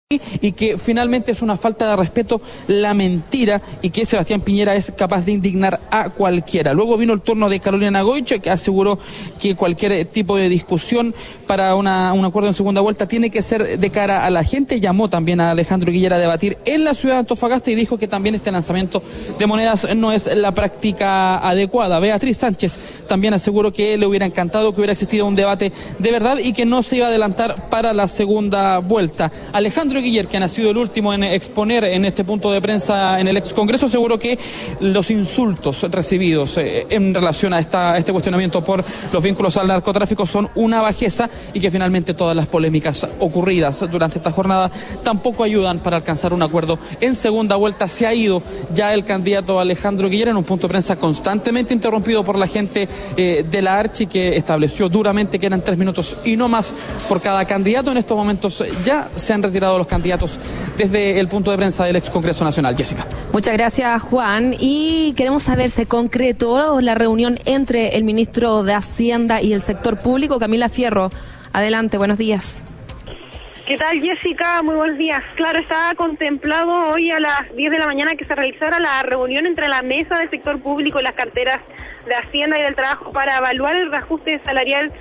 y que finalmente es una falta de respeto la mentira y que Sebastián Piñera es capaz de indignar a cualquiera. Luego vino el turno de Carolina Goich, que aseguró que cualquier tipo de discusión para un acuerdo en segunda vuelta tiene que ser de cara a la gente. Llamó también a Alejandro Guillier a debatir en la ciudad de Antofagasta y dijo que también este lanzamiento de monedas no es la práctica adecuada. Beatriz Sánchez también aseguró que le hubiera encantado que hubiera existido un debate de verdad y que no se iba a adelantar para la segunda vuelta. Alejandro Guillier, quien ha sido el último en exponer en este punto de prensa en el ex Congreso, aseguró que los insultos recibidos en relación a este cuestionamiento por los vínculos al narcotráfico son una bajeza y que finalmente todas las polémicas ocurridas durante esta jornada tampoco ayudan para alcanzar un acuerdo en segunda vuelta. Se ha ido ya el candidato Alejandro Guillier en un punto de prensa constantemente interrumpido por la gente de la Archi, que estableció duramente que eran 3 minutos y no más por cada candidato. En estos momentos ya se han retirado los candidatos desde el punto de prensa del ex Congreso Nacional. Jessica. Muchas gracias, Juan. Y queremos saber, ¿se concretó la reunión entre el ministro de Hacienda y el sector público? Camila Fierro, adelante, buenos días. ¿Qué tal, Jessica? Muy buenos días. Claro, estaba contemplado hoy a las 10 de la mañana que se realizara la reunión entre la mesa del sector público y las carteras de Hacienda y del Trabajo para evaluar el reajuste salarial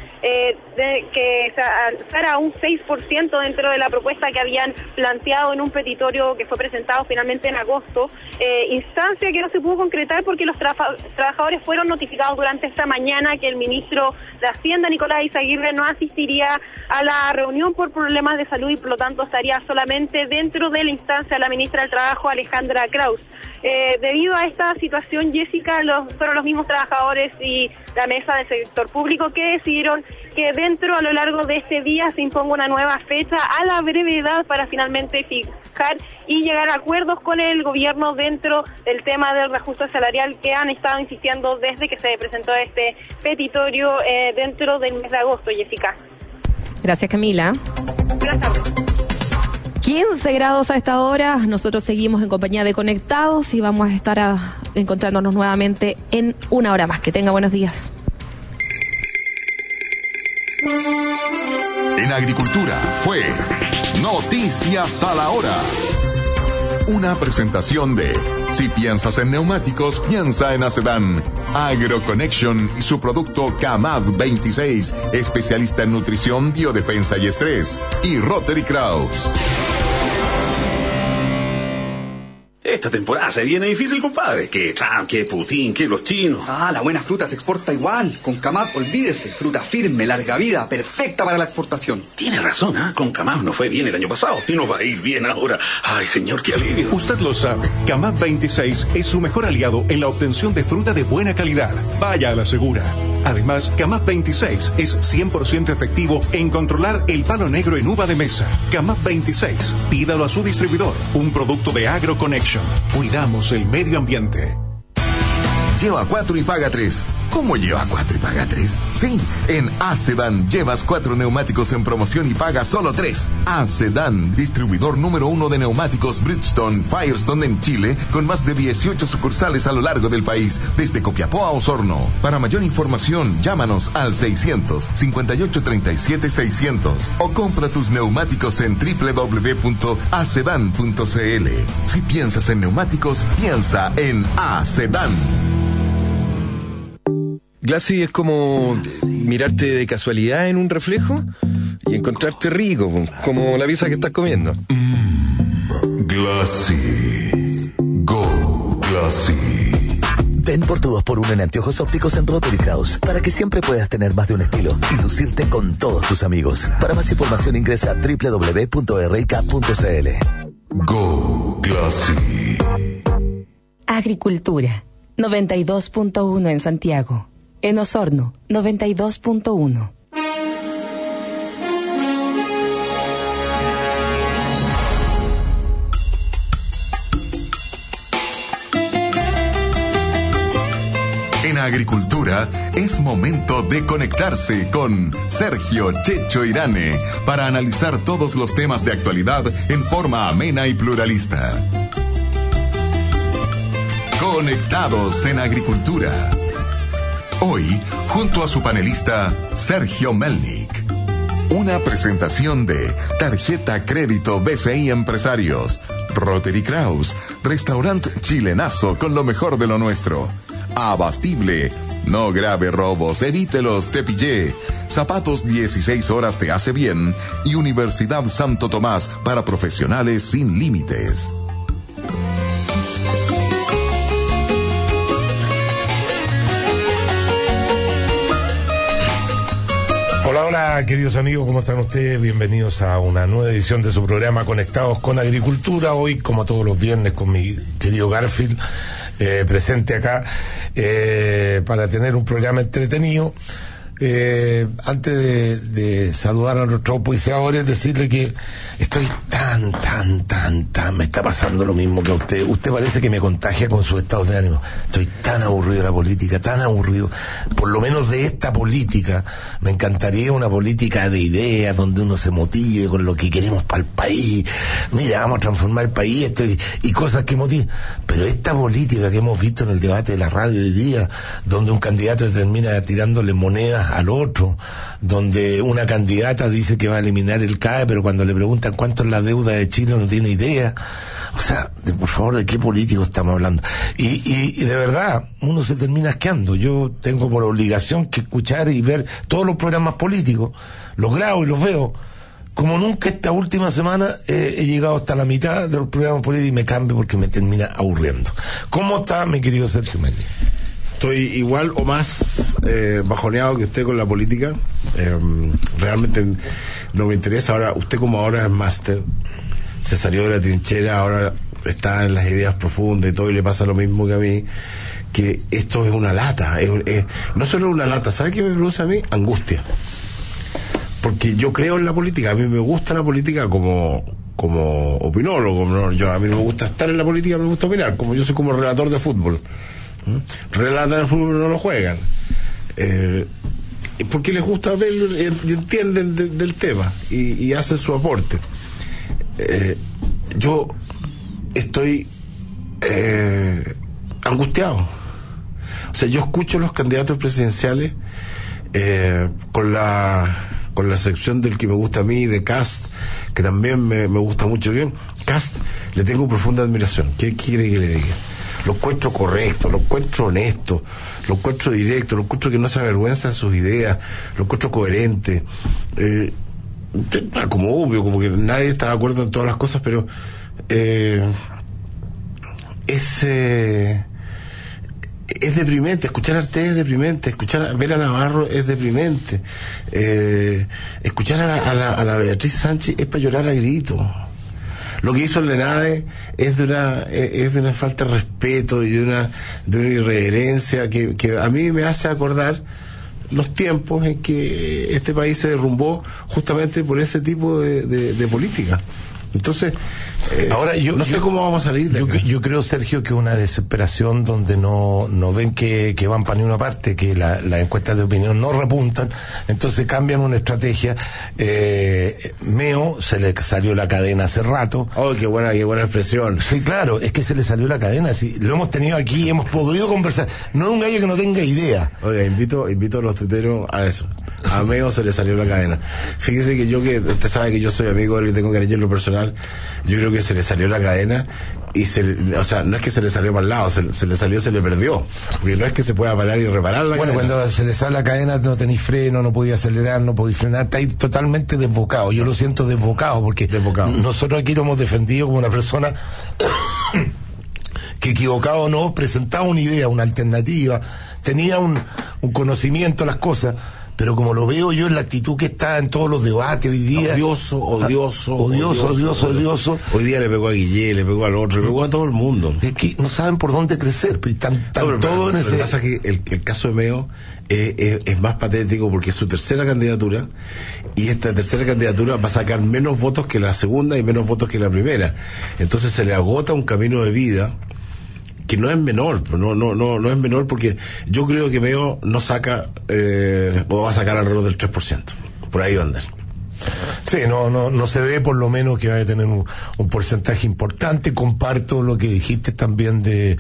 que se alzara a un 6% dentro de la propuesta que habían planteado en un petitorio que fue presentado finalmente en agosto, instancia que no se pudo concretar porque los trabajadores fueron notificados durante esta mañana que el ministro de Hacienda, Nicolás Izaguirre, no asistiría a la reunión por problemas de salud y por lo tanto estaría solamente dentro de la instancia la ministra del Trabajo, Alejandra Kraus. Debido a esta situación, Jessica, fueron los mismos trabajadores y la mesa del sector público que decidieron que a lo largo de este día se imponga una nueva fecha a la brevedad para finalmente fijar y llegar a acuerdos con el gobierno dentro del tema del reajuste salarial que han estado insistiendo desde que se presentó este petitorio dentro del mes de agosto, Jessica. Gracias, Camila. Buenas tardes. 15 grados a esta hora, nosotros seguimos en compañía de Conectados y vamos a estar encontrándonos nuevamente en una hora más. Que tenga buenos días. En Agricultura fue Noticias a la Hora. Una presentación de Si piensas en neumáticos, piensa en Acedan. AgroConnection y su producto Camad 26, especialista en nutrición, biodefensa y estrés. Y Rotary Kraus. Esta temporada se viene difícil, compadre. Que Trump, que Putin, que los chinos. La buena fruta se exporta igual. Con Camad, olvídese. Fruta firme, larga vida, perfecta para la exportación. Tiene razón, Con Camad no fue bien el año pasado y nos va a ir bien ahora. Ay, señor, qué alivio. Usted lo sabe. Camad 26 es su mejor aliado en la obtención de fruta de buena calidad. Vaya a la segura. Además, Camad 26 es 100% efectivo en controlar el palo negro en uva de mesa. Camad 26, pídalo a su distribuidor. Un producto de AgroConnection. Cuidamos el medio ambiente. Lleva 4 y paga 3. ¿Cómo lleva 4 y paga 3? Sí, en Acedan llevas 4 neumáticos en promoción y pagas solo 3. Acedan, distribuidor número 1 de neumáticos Bridgestone, Firestone en Chile, con más de 18 sucursales a lo largo del país, desde Copiapó a Osorno. Para mayor información, llámanos al 600-5837-600 o compra tus neumáticos en www.acedan.cl. Si piensas en neumáticos, piensa en Acedan. Glassy es como mirarte de casualidad en un reflejo y encontrarte rico, como la pizza que estás comiendo. Glassy. Go Glassy. Ven por tu 2x1 en anteojos ópticos en Rotary Kraus para que siempre puedas tener más de un estilo y lucirte con todos tus amigos. Para más información ingresa a www.rk.cl. Go Glassy. Agricultura 92.1 en Santiago. En Osorno, 92.1. En Agricultura es momento de conectarse con Sergio Checho Irane para analizar todos los temas de actualidad en forma amena y pluralista. Conectados en Agricultura. Hoy, junto a su panelista, Sergio Melnik. Una presentación de Tarjeta Crédito BCI Empresarios, Rotary Kraus, restaurante chilenazo con lo mejor de lo nuestro. Abastible, no grave robos, evítelos, te pillé. Zapatos 16 horas te hace bien y Universidad Santo Tomás para profesionales sin límites. Hola, queridos amigos, ¿cómo están ustedes? Bienvenidos a una nueva edición de su programa Conectados con Agricultura. Hoy, como todos los viernes, con mi querido Garfield presente acá para tener un programa entretenido. Antes de saludar a nuestros auspiciadores, decirle que estoy tan, me está pasando lo mismo que a usted. Usted parece que me contagia con sus estados de ánimo. Estoy tan aburrido de la política, tan aburrido. Por lo menos de esta política. Me encantaría una política de ideas, donde uno se motive con lo que queremos para el país. Mira, vamos a transformar el país, y cosas que motiven. Pero esta política que hemos visto en el debate de la radio hoy día, donde un candidato termina tirándole monedas al otro, donde una candidata dice que va a eliminar el CAE, pero cuando le preguntan cuánto es la deuda de Chile no tiene idea. O sea, por favor, ¿de qué político estamos hablando? Y de verdad, uno se termina asqueando. Yo tengo por obligación que escuchar y ver todos los programas políticos, los grabo y los veo. Como nunca esta última semana he llegado hasta la mitad de los programas políticos y me cambio porque me termina aburriendo. ¿Cómo está, mi querido Sergio Meli? Estoy igual o más bajoneado que usted con la política. Realmente no me interesa. Ahora, usted como ahora es máster, se salió de la trinchera, ahora está en las ideas profundas y todo, y le pasa lo mismo que a mí, que esto es una lata. No solo una lata, ¿sabe qué me produce a mí? Angustia. Porque yo creo en la política, a mí me gusta la política como opinólogo, ¿no? A mí no me gusta estar en la política, me gusta opinar, como yo soy como relator de fútbol. Relatan el fútbol, no lo juegan, porque les gusta verlo y entienden del tema y hacen su aporte. Yo estoy angustiado. O sea, yo escucho los candidatos presidenciales con la excepción del que me gusta a mí, de Kast, que también me gusta mucho. Bien, Kast le tengo profunda admiración. ¿Qué quiere que le diga? Lo encuentro correcto, lo encuentro honesto, lo encuentro directo, lo encuentro que no se avergüenza de sus ideas, lo encuentro coherente, como obvio, como que nadie está de acuerdo en todas las cosas, pero es deprimente. Escuchar a Arte es deprimente, ver a Navarro es deprimente, escuchar a la Beatriz Sánchez es para llorar a gritos. Lo que hizo el Lenade es de una falta de respeto y de una irreverencia que a mí me hace acordar los tiempos en que este país se derrumbó justamente por ese tipo de política. Entonces, ahora no sé cómo vamos a salir de acá. Yo creo, Sergio, que una desesperación donde no ven que van para ninguna parte, que las encuestas de opinión no repuntan, entonces cambian una estrategia. Meo se le salió la cadena hace rato. Oh, qué buena expresión. Sí, claro, es que se le salió la cadena. Sí, lo hemos tenido aquí, hemos podido conversar. No es un gallo que no tenga idea. Oiga, invito a los tuiteros a eso. A Meo se le salió la cadena. Fíjese que usted sabe que yo soy amigo de él y tengo cariño en lo personal. Yo creo que se le salió la cadena o sea, no es que se le salió para el lado, se le perdió. Porque no es que se pueda parar y reparar la cadena. Bueno, cuando se le sale la cadena no tenéis freno, no podía acelerar, no podéis frenar, estáis totalmente desbocado. Yo lo siento desbocado porque nosotros aquí lo hemos defendido como una persona que, equivocado o no, presentaba una idea, una alternativa, tenía un conocimiento de las cosas. Pero como lo veo yo en la actitud que está en todos los debates hoy día... Odioso. Hoy día le pegó a Guillé, le pegó al otro, le pegó a todo el mundo. Es que no saben por dónde crecer, pero están todos en ese... Lo que pasa es que el caso de Meo es más patético porque es su tercera candidatura, y esta tercera candidatura va a sacar menos votos que la segunda y menos votos que la primera. Entonces se le agota un camino de vida que no es menor, no es menor, porque yo creo que Meo no saca, o va a sacar alrededor del 3%, por ahí va a andar. Sí, no se ve por lo menos que va a tener un porcentaje importante. Comparto lo que dijiste también de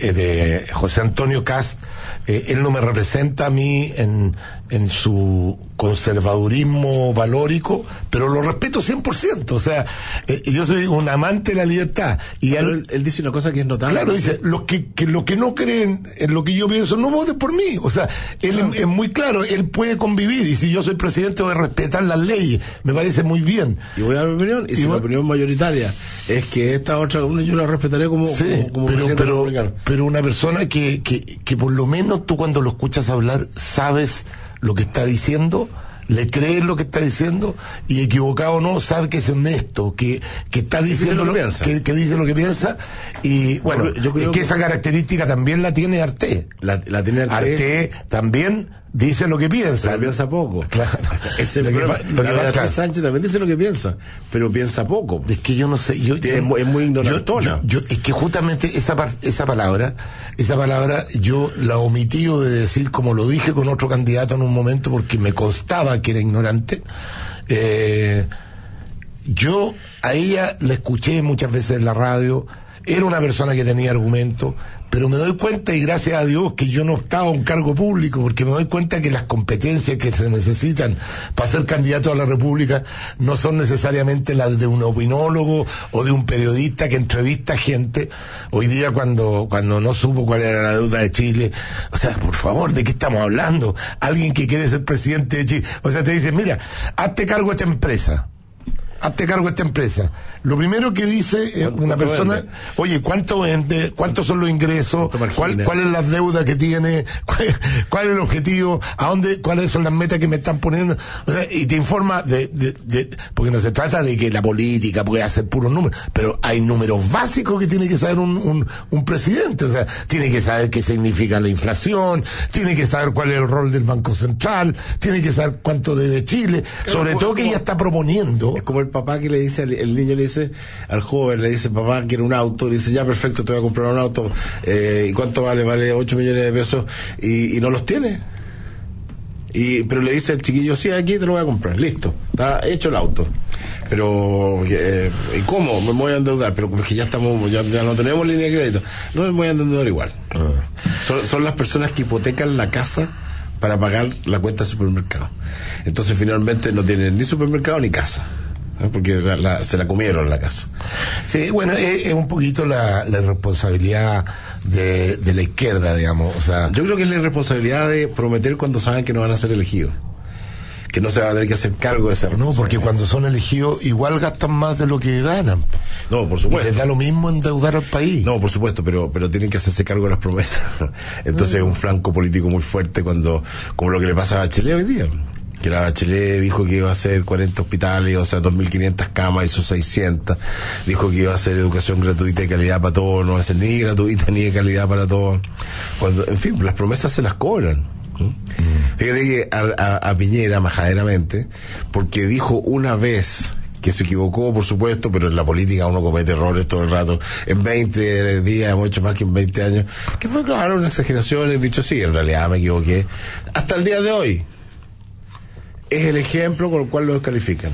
José Antonio Kast. Él no me representa a mí en su conservadurismo valórico, pero lo respeto 100%. O sea, yo soy un amante de la libertad. Y él dice una cosa que es notable. Claro, dice, los que no creen en lo que yo pienso, no voten por mí. O sea, él es muy claro, él puede convivir, y si yo soy presidente voy a respetar las leyes. Me parece muy bien. Y voy a dar mi opinión, y si la opinión mayoritaria es que esta otra, yo la respetaré como presidente republicano. Pero una persona que por lo menos tú cuando lo escuchas hablar sabes lo que está diciendo, le crees lo que está diciendo, y equivocado o no, sabe que es honesto, que está diciendo que dice lo que piensa. Y bueno, yo creo que esa característica también la tiene Arte. La tiene Arte también dice lo que piensa. Pero piensa poco. Claro. Beatriz Sánchez también dice lo que piensa, pero piensa poco. Es que yo no sé, es muy ignorantona. Es que justamente esa palabra yo la omití de decir, como lo dije con otro candidato en un momento, porque me constaba que era ignorante. Yo a ella la escuché muchas veces en la radio, era una persona que tenía argumentos, pero me doy cuenta, y gracias a Dios, que yo no estaba en un cargo público, porque me doy cuenta que las competencias que se necesitan para ser candidato a la República no son necesariamente las de un opinólogo o de un periodista que entrevista gente. Hoy día cuando no supo cuál era la deuda de Chile, o sea, por favor, ¿de qué estamos hablando? Alguien que quiere ser presidente de Chile, o sea, te dice, mira, hazte cargo de esta empresa. Lo primero que dice una persona, vende? Oye, ¿cuánto vende? ¿Cuántos son los ingresos? ¿Cuál es la deuda que tiene? ¿Cuál es el objetivo? ¿Cuáles son las metas que me están poniendo? O sea, y te informa porque no se trata de que la política puede hacer puros números, pero hay números básicos que tiene que saber un presidente. O sea, tiene que saber qué significa la inflación, tiene que saber cuál es el rol del Banco Central, tiene que saber cuánto debe Chile, sobre todo que ella está proponiendo. Es como el papá que le dice, el niño le dice al joven, le dice, papá, quiero un auto, le dice, ya, perfecto, te voy a comprar un auto, ¿y cuánto vale? Vale 8 millones de pesos, y no los tiene. Pero le dice el chiquillo, sí, aquí te lo voy a comprar, listo, está hecho el auto. Pero, ¿y cómo? Me voy a endeudar, pero es que ya no tenemos línea de crédito. No, me voy a endeudar igual. Son las personas que hipotecan la casa para pagar la cuenta de supermercado. Entonces finalmente no tienen ni supermercado ni casa, porque se la comieron la casa. Sí, bueno, es un poquito la irresponsabilidad de la izquierda, digamos. O sea, yo creo que es la irresponsabilidad de prometer cuando saben que no van a ser elegidos, que no se van a tener que hacer cargo de esa responsabilidad. No, porque cuando son elegidos igual gastan más de lo que ganan. No, por supuesto. Y les da lo mismo endeudar al país. No, por supuesto, pero tienen que hacerse cargo de las promesas. Entonces es un flanco político muy fuerte como lo que le pasa a Bachelet hoy día. Que la Bachelet dijo que iba a hacer 40 hospitales, o sea, 2.500 camas, hizo 600. Dijo que iba a hacer educación gratuita y de calidad para todos, no va a ser ni gratuita ni de calidad para todos. En fin, las promesas se las cobran. Fíjate que a Piñera, majaderamente, porque dijo una vez que se equivocó, por supuesto, pero en la política uno comete errores todo el rato. En 20 días hemos hecho más que en 20 años. Que fue, claro, una exageración. He dicho, sí, en realidad me equivoqué. Hasta el día de hoy es el ejemplo con el cual lo descalifican.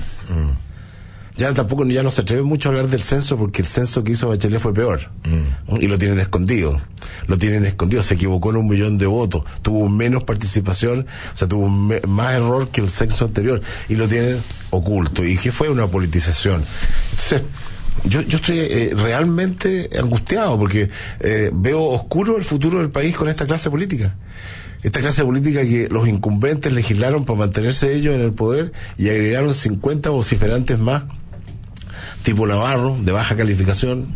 Ya no se atreve mucho a hablar del censo, porque el censo que hizo Bachelet fue peor. Y lo tienen escondido. Se equivocó en 1 millón de votos, tuvo menos participación, o sea, tuvo más error que el censo anterior, y lo tienen oculto, y que fue una politización. Entonces, yo estoy realmente angustiado, porque veo oscuro el futuro del país con esta clase política. Esta clase política que los incumbentes legislaron para mantenerse ellos en el poder, y agregaron 50 vociferantes más, tipo Navarro, de baja calificación.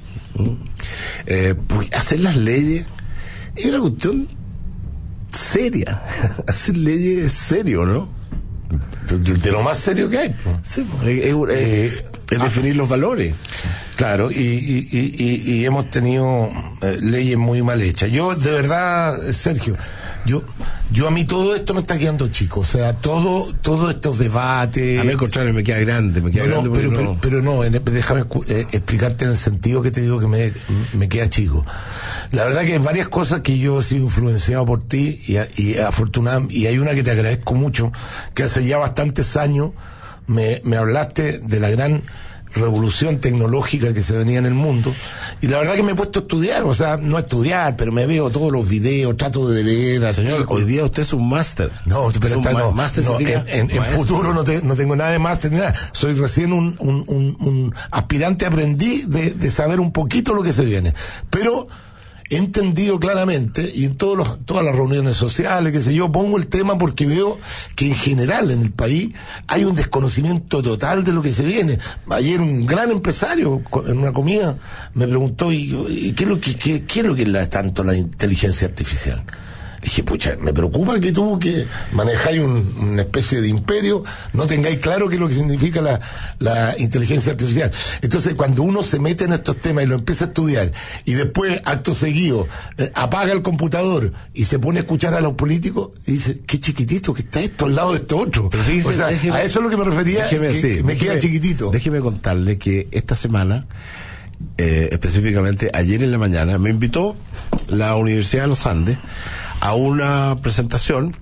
Porque hacer las leyes es una cuestión seria. Hacer leyes es serio, ¿no? De lo más serio que hay. Sí, es definir los valores. Claro, y hemos tenido leyes muy mal hechas. Yo, de verdad, Sergio, yo a mí todo esto me está quedando chico. O sea, todos estos debates. A mí al contrario, me queda grande. Pero no, déjame explicarte en el sentido que te digo que me queda chico. La verdad que hay varias cosas que yo he sido influenciado por ti y afortunadamente, y hay una que te agradezco mucho, que hace ya bastantes años me hablaste de la gran revolución tecnológica que se venía en el mundo, y la verdad que me he puesto a estudiar, o sea, no a estudiar, pero me veo todos los videos, trato de leer. Señor, hoy día usted es un máster. No, pero en futuro no tengo nada de máster ni nada. Soy recién un aspirante aprendiz de saber un poquito lo que se viene. Pero he entendido claramente, y en todas las reuniones sociales, qué sé yo, pongo el tema porque veo que en general en el país hay un desconocimiento total de lo que se viene. Ayer un gran empresario en una comida me preguntó, ¿y qué es lo que es tanto la inteligencia artificial? Dije, pucha, me preocupa que tú, que manejáis una especie de imperio, no tengáis claro qué es lo que significa la inteligencia artificial. Entonces, cuando uno se mete en estos temas y lo empieza a estudiar, y después, acto seguido, apaga el computador y se pone a escuchar a los políticos, y dice, qué chiquitito que está esto al lado de esto otro. Pero fíjese, o sea, a eso es lo que me refería, me queda chiquitito. Déjeme contarle que esta semana, específicamente ayer en la mañana, me invitó la Universidad de los Andes a una presentación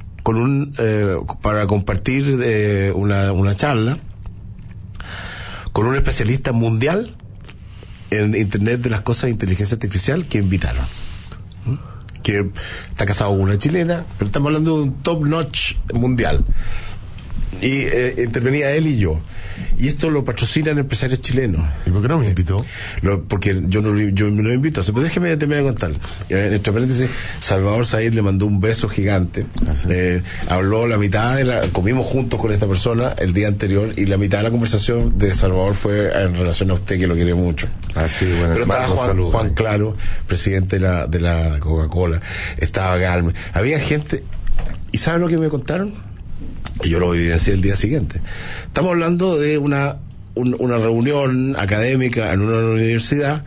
para compartir una charla con un especialista mundial en Internet de las Cosas de Inteligencia Artificial que invitaron, que está casado con una chilena, pero estamos hablando de un top notch mundial, y intervenía él y yo. Y esto lo patrocinan empresarios chilenos. ¿Y por qué no me invitó? Porque yo me lo invito. Pero déjeme terminar de contar. Entre paréntesis, Salvador Said le mandó un beso gigante. Habló la mitad comimos juntos con esta persona el día anterior, y la mitad de la conversación de Salvador fue en relación a usted, que lo quiere mucho. Bueno, pero estaba Juan Claro, presidente de la Coca-Cola. Estaba Galme. Había gente. ¿Y sabe lo que me contaron? Y yo lo evidencié el día siguiente. Estamos hablando de una reunión académica en una universidad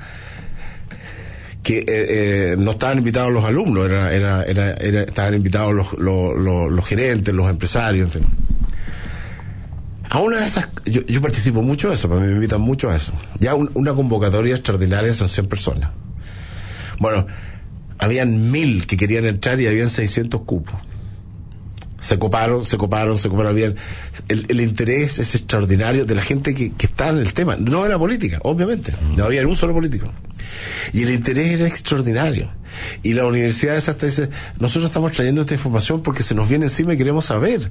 que no estaban invitados los alumnos, estaban invitados los gerentes, los empresarios, en fin. A una de esas, yo participo mucho de eso, para mí me invitan mucho a eso. Ya una convocatoria extraordinaria son 100 personas. Bueno, habían 1000 que querían entrar y habían 600 cupos. Se coparon bien. El interés es extraordinario de la gente que está en el tema, no de la política, obviamente, no había un solo político, y el interés era extraordinario. Y la universidad hasta dice, nosotros estamos trayendo esta información porque se nos viene encima y queremos saber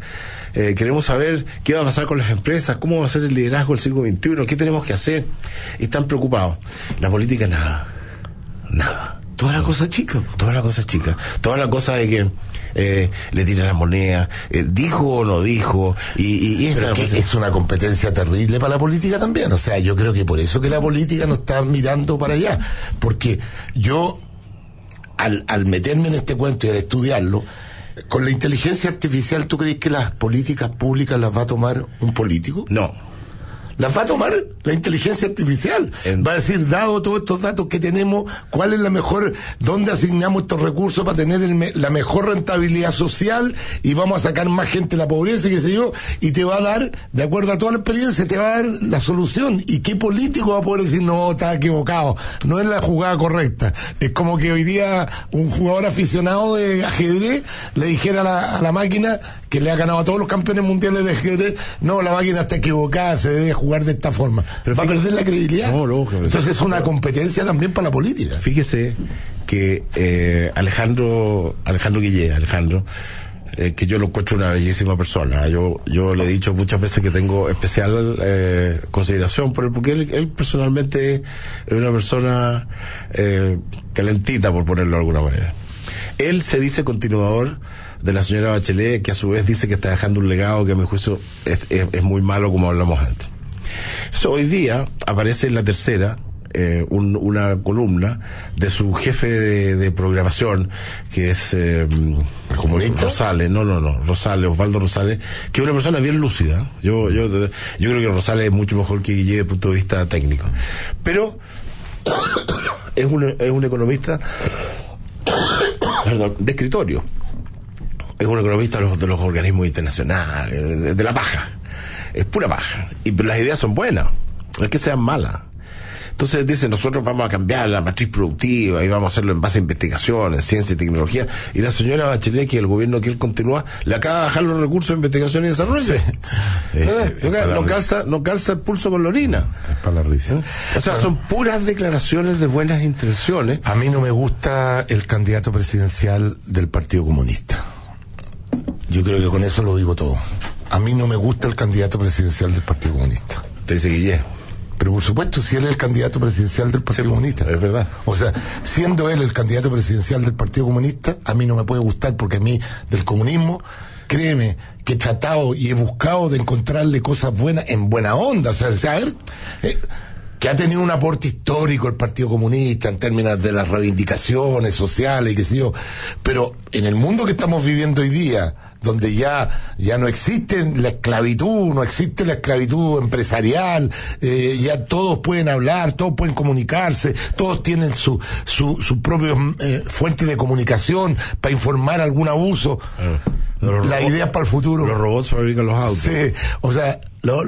qué va a pasar con las empresas, cómo va a ser el liderazgo del siglo XXI, qué tenemos que hacer. Y están preocupados. La política nada. Toda la cosa chica, toda la cosa de que le tiran la moneda, dijo o no dijo, y es una competencia terrible para la política también. O sea, yo creo que por eso que la política no está mirando para allá, porque yo al meterme en este cuento y al estudiarlo, con la inteligencia artificial, ¿tú crees que las políticas públicas las va a tomar un político? No. Las va a tomar la inteligencia artificial. Va a decir, dado todos estos datos que tenemos, cuál es la mejor, dónde asignamos estos recursos para tener la mejor rentabilidad social, y vamos a sacar más gente de la pobreza, y qué sé yo, y te va a dar, de acuerdo a toda la experiencia, te va a dar la solución. ¿Y qué político va a poder decir, no, está equivocado, no es la jugada correcta? Es como que hoy día un jugador aficionado de ajedrez le dijera a la máquina, que le ha ganado a todos los campeones mundiales de ajedrez, no, la máquina está equivocada, se debe jugar de esta forma. Pero va a perder la credibilidad. Entonces es una competencia también para la política. Fíjese que Alejandro Guillé, que yo lo encuentro una bellísima persona. Yo le he dicho muchas veces que tengo especial consideración por él, porque él personalmente es una persona calentita, por ponerlo de alguna manera. Él se dice continuador de la señora Bachelet, que a su vez dice que está dejando un legado que a mi juicio es muy malo, como hablamos antes. Hoy día aparece en La Tercera una columna de su jefe de programación, que es comunista Rosales, Osvaldo Rosales, que es una persona bien lúcida. Yo creo que Rosales es mucho mejor que Guille desde el punto de vista técnico, pero es un economista de escritorio, es un economista de los organismos internacionales, de la paja, es pura paja, pero las ideas son buenas, no es que sean malas. Entonces dice, nosotros vamos a cambiar la matriz productiva y vamos a hacerlo en base a investigaciones, ciencia y tecnología. Y la señora Bachelet, que el gobierno que él continúa, le acaba de bajar los recursos de investigación y desarrollo. No calza el pulso con la orina. Es para la risa. O sea, son puras declaraciones de buenas intenciones. A mí no me gusta el candidato presidencial del Partido Comunista. Yo creo que con eso lo digo todo. A mí no me gusta el candidato presidencial del Partido Comunista. Te dice Guillé. Pero por supuesto, si él es el candidato presidencial del Partido Comunista. Es verdad. O sea, siendo él el candidato presidencial del Partido Comunista, a mí no me puede gustar, porque a mí del comunismo, créeme, que he tratado y he buscado de encontrarle cosas buenas en buena onda. O sea, a ver, que ha tenido un aporte histórico el Partido Comunista en términos de las reivindicaciones sociales y qué sé yo. Pero en el mundo que estamos viviendo hoy día, donde ya no existe la esclavitud, no existe la esclavitud empresarial, ya todos pueden hablar, todos pueden comunicarse, todos tienen su propia fuente de comunicación para informar algún abuso. La idea para el futuro. Los robots fabrican los autos. Sí, o sea,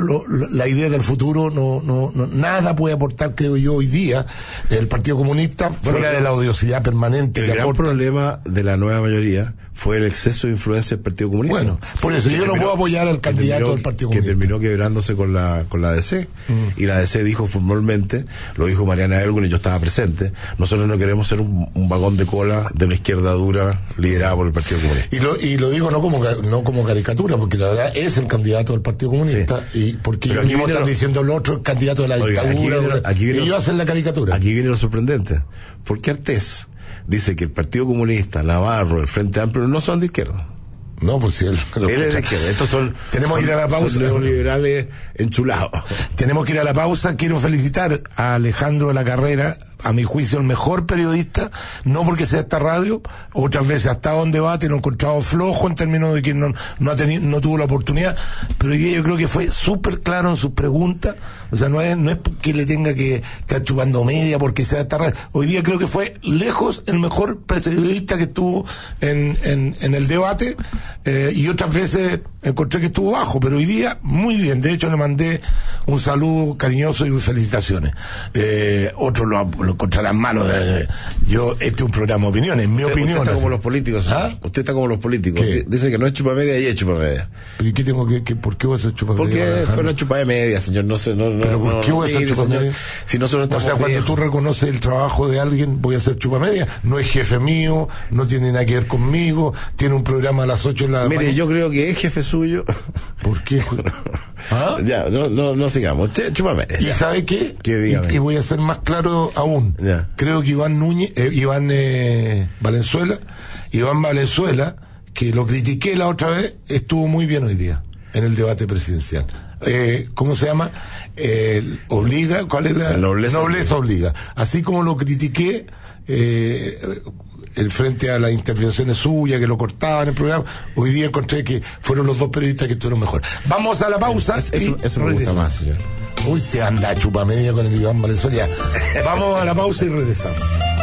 la idea del futuro no nada puede aportar, creo yo, hoy día el Partido Comunista, fuera de la odiosidad permanente que aporta. El gran problema de la nueva mayoría fue el exceso de influencia del Partido Comunista. Bueno, por eso yo no puedo apoyar al candidato del Partido Comunista. Que terminó quebrándose con la DC. Y la DC dijo formalmente, lo dijo Mariana Elgun y yo estaba presente, nosotros no queremos ser un vagón de cola de una izquierda dura liderada por el Partido Comunista. Y lo digo no como caricatura, porque la verdad es el candidato del Partido Comunista. Sí. Y porque aquí mismo están diciendo el otro candidato de la dictadura. Y ellos hacen la caricatura. Aquí viene lo sorprendente. Porque Artés dice que el Partido Comunista, Navarro, el Frente Amplio no son de izquierda. No, pues si él es de izquierda. Estos tenemos que ir a la pausa. Son neoliberales enchulados. Tenemos que ir a la pausa. Quiero felicitar a Alejandro de la Carrera, a mi juicio el mejor periodista, no porque sea esta radio, otras veces ha estado en debate y lo he encontrado flojo en términos de que no tuvo la oportunidad, pero hoy día yo creo que fue súper claro en sus preguntas. O sea, no es que le tenga que estar chupando media porque sea esta radio. Hoy día creo que fue lejos el mejor periodista que estuvo en el debate, y otras veces encontré que estuvo bajo, pero hoy día muy bien. De hecho le mandé un saludo cariñoso y felicitaciones. Otros lo encontrarán malo. Este es un programa de opiniones, en mi opinión. Usted está como los políticos. ¿Ah? Usted está como los políticos. Dice que no es chupa media y es chupa media. ¿Pero qué tengo ¿por qué voy a ser chupa media? Porque fue una chupa de media, señor. No sé, ¿pero por qué voy a ser chupa media? Si nosotros estamos, o sea, cuando tú reconoces el trabajo de alguien, voy a ser chupa media. No es jefe mío, no tiene nada que ver conmigo, tiene un programa a las 8 de la mañana. Mire, yo creo que es jefe suyo. ¿Por qué? ¿Ah? Ya, no sigamos. Chupa media. ¿Y sabe qué? Y voy a ser más claro aún. Ya. Creo que Iván Valenzuela, que lo critiqué la otra vez, estuvo muy bien hoy día en el debate presidencial. ¿Cómo se llama? Obliga, ¿cuál es la? Nobleza obliga. Así como lo critiqué frente a las intervenciones suyas que lo cortaban en el programa, hoy día encontré que fueron los dos periodistas que estuvieron mejor. Vamos a la pausa. Eso me gusta más, señor. Uy, te anda chupa media con el Iván Valenzuela. Vamos a la pausa y regresamos.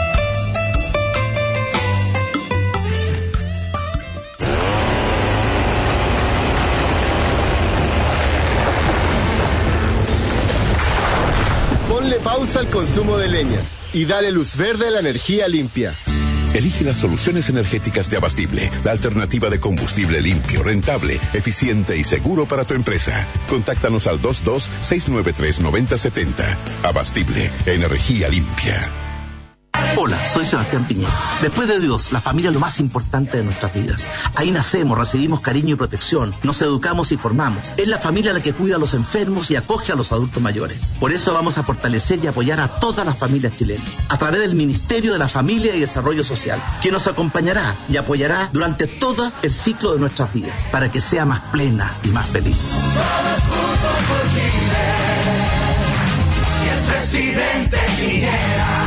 Ponle pausa al consumo de leña y dale luz verde a la energía limpia. Elige las soluciones energéticas de Abastible, la alternativa de combustible limpio, rentable, eficiente y seguro para tu empresa. Contáctanos al 22-693-9070. Abastible, energía limpia. Hola, soy Sebastián Piñera. Después de Dios, la familia es lo más importante de nuestras vidas. Ahí nacemos, recibimos cariño y protección, nos educamos y formamos. Es la familia la que cuida a los enfermos y acoge a los adultos mayores. Por eso vamos a fortalecer y apoyar a todas las familias chilenas, a través del Ministerio de la Familia y Desarrollo Social, que nos acompañará y apoyará durante todo el ciclo de nuestras vidas, para que sea más plena y más feliz. Todos juntos por Chile, y el presidente Piñera.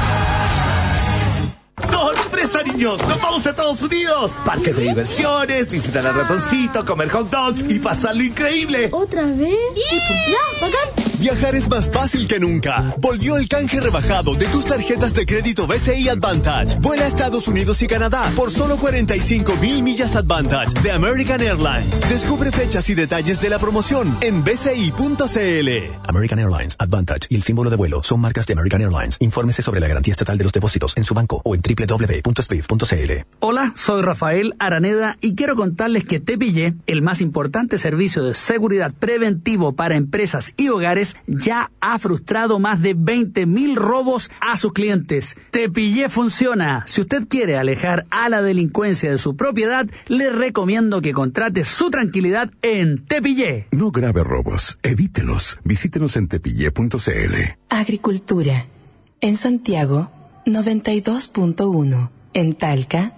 ¡Sorpresa, niños! ¡Nos vamos a Estados Unidos! Parques de diversiones, visitar al ratoncito, comer hot dogs y pasarlo increíble. ¿Otra vez? Sí, ya, bacán. Viajar es más fácil que nunca. Volvió el canje rebajado de tus tarjetas de crédito BCI Advantage. Vuela a Estados Unidos y Canadá por solo 45,000 millas Advantage de American Airlines. Descubre fechas y detalles de la promoción en bci.cl. American Airlines, Advantage y el símbolo de vuelo son marcas de American Airlines. Infórmese sobre la garantía estatal de los depósitos en su banco o en www.swift.cl. Hola, soy Rafael Araneda y quiero contarles que Tepillé, el más importante servicio de seguridad preventivo para empresas y hogares, ya ha frustrado más de 20,000 robos a sus clientes. Tepillé funciona. Si usted quiere alejar a la delincuencia de su propiedad, le recomiendo que contrate su tranquilidad en Tepillé. No grave robos, evítelos. Visítenos en tepillé.cl. Agricultura. En Santiago, 92.1. En Talca,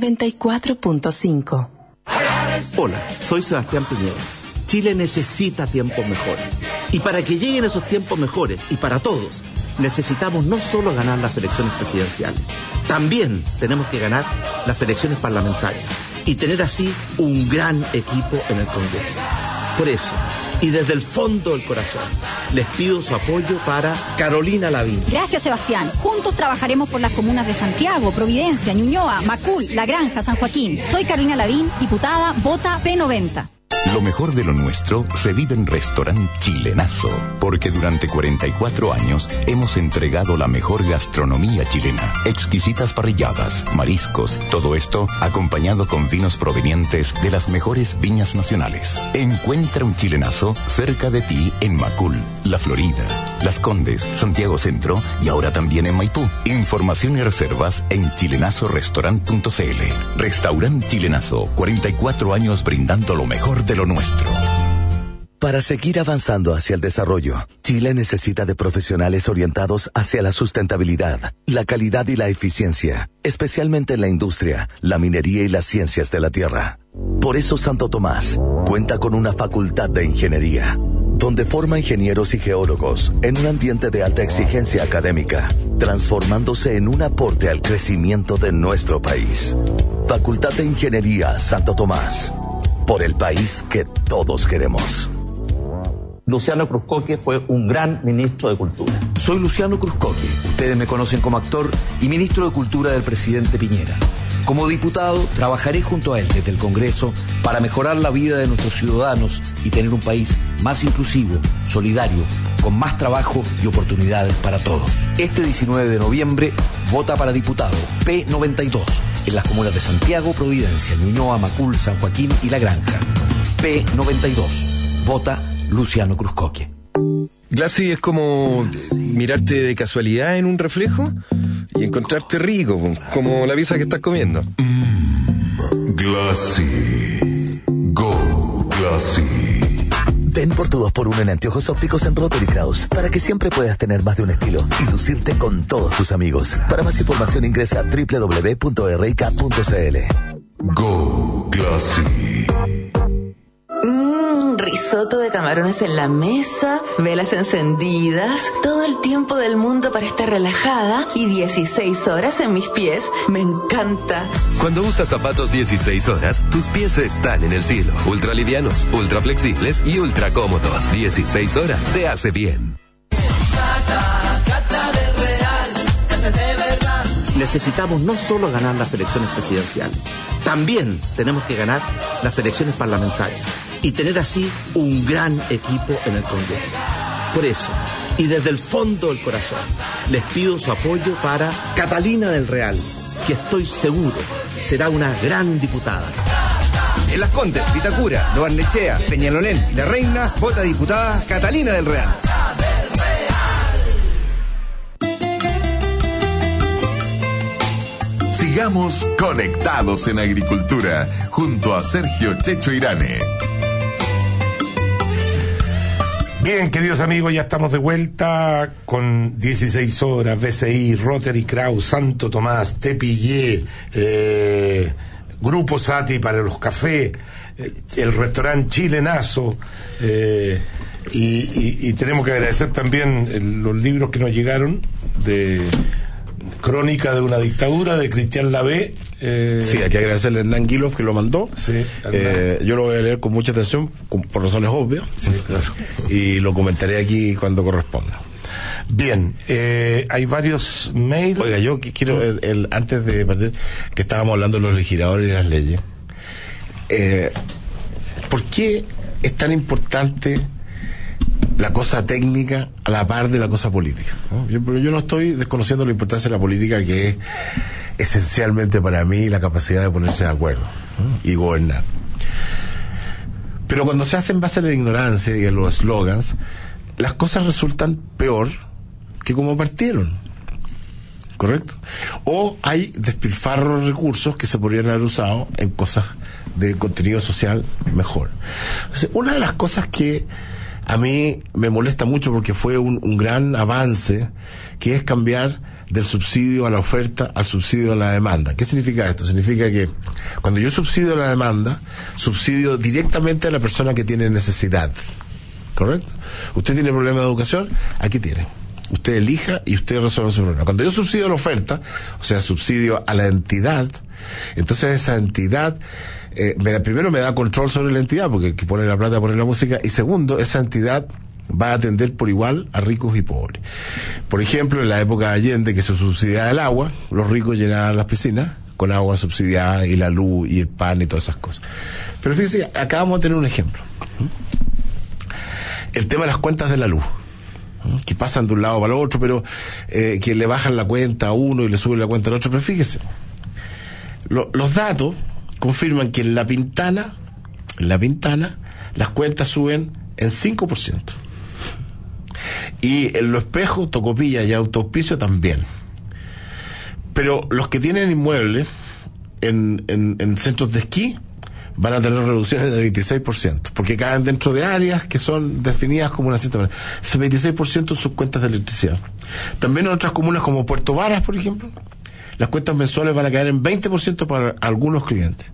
94.5. Hola, soy Sebastián Piñera. Chile necesita tiempos mejores. Y para que lleguen esos tiempos mejores, y para todos, necesitamos no solo ganar las elecciones presidenciales, también tenemos que ganar las elecciones parlamentarias y tener así un gran equipo en el Congreso. Por eso, y desde el fondo del corazón, les pido su apoyo para Carolina Lavín. Gracias, Sebastián. Juntos trabajaremos por las comunas de Santiago, Providencia, Ñuñoa, Macul, La Granja, San Joaquín. Soy Carolina Lavín, diputada, vota P90. Lo mejor de lo nuestro se vive en Restaurant Chilenazo, porque durante 44 años hemos entregado la mejor gastronomía chilena. Exquisitas parrilladas, mariscos, todo esto acompañado con vinos provenientes de las mejores viñas nacionales. Encuentra un Chilenazo cerca de ti en Macul, La Florida, Las Condes, Santiago Centro y ahora también en Maipú. Información y reservas en chilenazorestaurant.cl. Restaurant Chilenazo, 44 años brindando lo mejor de lo nuestro. Para seguir avanzando hacia el desarrollo, Chile necesita de profesionales orientados hacia la sustentabilidad, la calidad y la eficiencia, especialmente en la industria, la minería y las ciencias de la tierra. Por eso Santo Tomás cuenta con una facultad de ingeniería, donde forma ingenieros y geólogos en un ambiente de alta exigencia académica, transformándose en un aporte al crecimiento de nuestro país. Facultad de Ingeniería Santo Tomás, por el país que todos queremos. Luciano Cruzcoque fue un gran ministro de Cultura. Soy Luciano Cruzcoque. Ustedes me conocen como actor y ministro de Cultura del presidente Piñera. Como diputado, trabajaré junto a él desde el Congreso para mejorar la vida de nuestros ciudadanos y tener un país más inclusivo, solidario, con más trabajo y oportunidades para todos. Este 19 de noviembre, vota para diputado P92 en las comunas de Santiago, Providencia, Ñuñoa, Macul, San Joaquín y La Granja. P92. Vota Luciano Cruzcoque. Glassy es como mirarte de casualidad en un reflejo y encontrarte rico, como la pizza que estás comiendo. Glassy. Go Glassy. Ven por tu 2x1 en anteojos ópticos en Rotary Kraus para que siempre puedas tener más de un estilo y lucirte con todos tus amigos. Para más información ingresa a www.rik.cl. Go Glassy. Risotto de camarones en la mesa, velas encendidas, todo el tiempo del mundo para estar relajada y 16 horas en mis pies. Me encanta. Cuando usas zapatos 16 horas, tus pies están en el cielo. Ultra livianos, ultra flexibles y ultra cómodos. 16 horas te hace bien. Necesitamos no solo ganar las elecciones presidenciales, también tenemos que ganar las elecciones parlamentarias y tener así un gran equipo en el Congreso. Por eso, y desde el fondo del corazón, les pido su apoyo para Catalina del Real, que estoy seguro será una gran diputada. En Las Condes, Vitacura, Lo Barnechea, Peñalolén y La Reina, vota diputada Catalina del Real. Sigamos conectados en agricultura junto a Sergio Checho Irane. Bien, queridos amigos, ya estamos de vuelta con 16 horas, BCI, Rotary Kraus, Santo Tomás, Tepillé, Grupo Sati para los cafés, el restaurante Chilenazo, y tenemos que agradecer también los libros que nos llegaron de Crónica de una dictadura de Cristian Lavé. Sí, hay que agradecerle a Hernán Guilov que lo mandó. Sí, yo lo voy a leer con mucha atención, por razones obvias. Sí, claro. Y lo comentaré aquí cuando corresponda. Bien, hay varios mails. Oiga, yo quiero, antes de partir, que estábamos hablando de los legisladores y las leyes, ¿por qué es tan importante la cosa técnica a la par de la cosa política? ¿No? Yo no estoy desconociendo la importancia de la política, que es esencialmente para mí la capacidad de ponerse de acuerdo, ¿no? Y gobernar. Pero cuando se hace en base a la ignorancia y a los eslogans, las cosas resultan peor que como partieron. ¿Correcto? O hay despilfarros de recursos que se podrían haber usado en cosas de contenido social mejor. Entonces, una de las cosas que a mí me molesta mucho, porque fue un gran avance, que es cambiar del subsidio a la oferta al subsidio a la demanda. ¿Qué significa esto? Significa que cuando yo subsidio la demanda, subsidio directamente a la persona que tiene necesidad. ¿Correcto? Usted tiene problema de educación, aquí tiene. Usted elija y usted resuelve su problema. Cuando yo subsidio la oferta, o sea, subsidio a la entidad, entonces esa entidad, primero me da control sobre la entidad, porque el que pone la plata pone la música, y segundo, esa entidad va a atender por igual a ricos y pobres. Por ejemplo, en la época de Allende, que se subsidiaba el agua, los ricos llenaban las piscinas con agua subsidiada, y la luz y el pan y todas esas cosas. Pero fíjense, acá vamos a tener un ejemplo. El tema de las cuentas de la luz, que pasan de un lado para el otro, pero que le bajan la cuenta a uno y le suben la cuenta al otro. Pero fíjese, los datos confirman que en la Pintana las cuentas suben en 5%, y en Los Espejos, Tocopilla y Autoauspicio también. Pero los que tienen inmuebles en centros de esquí van a tener reducciones de 26%, porque caen dentro de áreas que son definidas como una cierta manera. Ese 26% en sus cuentas de electricidad. También en otras comunas como Puerto Varas, por ejemplo, las cuentas mensuales van a caer en 20% para algunos clientes.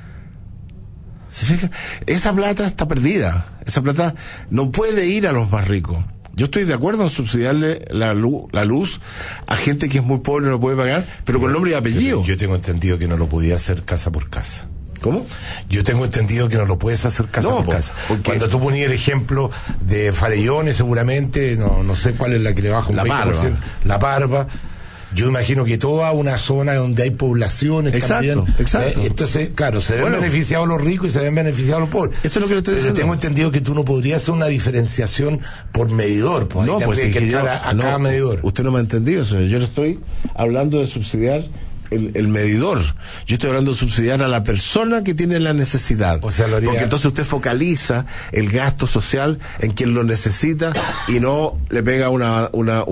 ¿Se fija? Esa plata está perdida. Esa plata no puede ir a los más ricos. Yo estoy de acuerdo en subsidiarle la luz a gente que es muy pobre y no lo puede pagar, pero con nombre y apellido. Yo tengo entendido que no lo podía hacer casa por casa. ¿Cómo? Yo tengo entendido que no lo puedes hacer casa por casa. Cuando tú ponías el ejemplo de Farellones, seguramente, no sé cuál es la que le baja un 20%, la Parva. Yo imagino que toda una zona donde hay poblaciones también. Exacto. Entonces, claro, se ven beneficiados los ricos y se ven beneficiados los pobres. Eso es lo que le estoy diciendo. Tengo entendido que tú no podrías hacer una diferenciación por medidor. No, pues que entrar a cada medidor. Usted no me ha entendido, señor. Yo no estoy hablando de subsidiar el medidor. Yo estoy hablando de subsidiar a la persona que tiene la necesidad. O sea, porque entonces usted focaliza el gasto social en quien lo necesita y no le pega una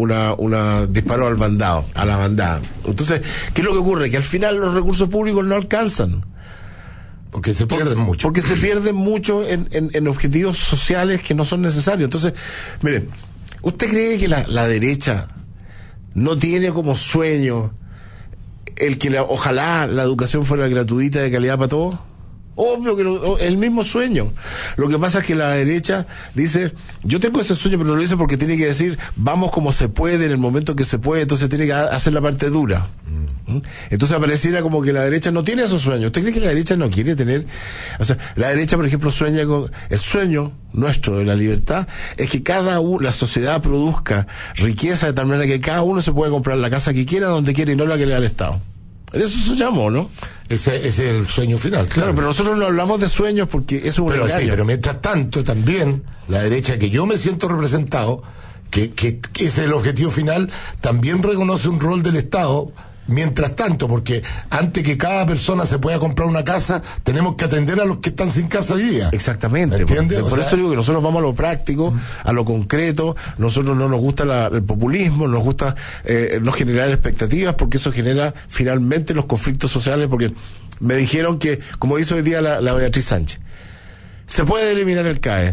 disparo al bandado, a la bandada. Entonces, ¿qué es lo que ocurre? Que al final los recursos públicos no alcanzan. Porque se pierden mucho. Porque se pierden mucho en objetivos sociales que no son necesarios. Entonces, mire, ¿usted cree que la derecha no tiene como sueño el que ojalá la educación fuera gratuita, de calidad para todos? Obvio que el mismo sueño. Lo que pasa es que la derecha dice, yo tengo ese sueño, pero no lo dice porque tiene que decir, vamos como se puede, en el momento que se puede, entonces tiene que hacer la parte dura. Entonces apareciera como que la derecha no tiene esos sueños. ¿Usted cree que la derecha no quiere tener? O sea, la derecha, por ejemplo, sueña con el sueño nuestro de la libertad, es que la sociedad produzca riqueza de tal manera que cada uno se pueda comprar la casa que quiera, donde quiera, y no la que le da el Estado. Eso se llamó, ¿no? Ese es el sueño final, claro. Pero nosotros no hablamos de sueños porque es un engaño. Sí, pero mientras tanto, también, la derecha, que yo me siento representado, que ese es el objetivo final, también reconoce un rol del Estado. Mientras tanto, porque antes que cada persona se pueda comprar una casa, tenemos que atender a los que están sin casa hoy día. Exactamente. ¿Entiendes? Por eso digo que nosotros vamos a lo práctico, a lo concreto. Nosotros no nos gusta el populismo, nos gusta no generar expectativas, porque eso genera finalmente los conflictos sociales. Porque me dijeron que, como dice hoy día la Beatriz Sánchez, se puede eliminar el CAE.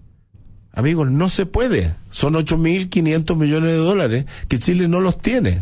Amigos, no se puede. Son 8.500 millones de dólares que Chile no los tiene.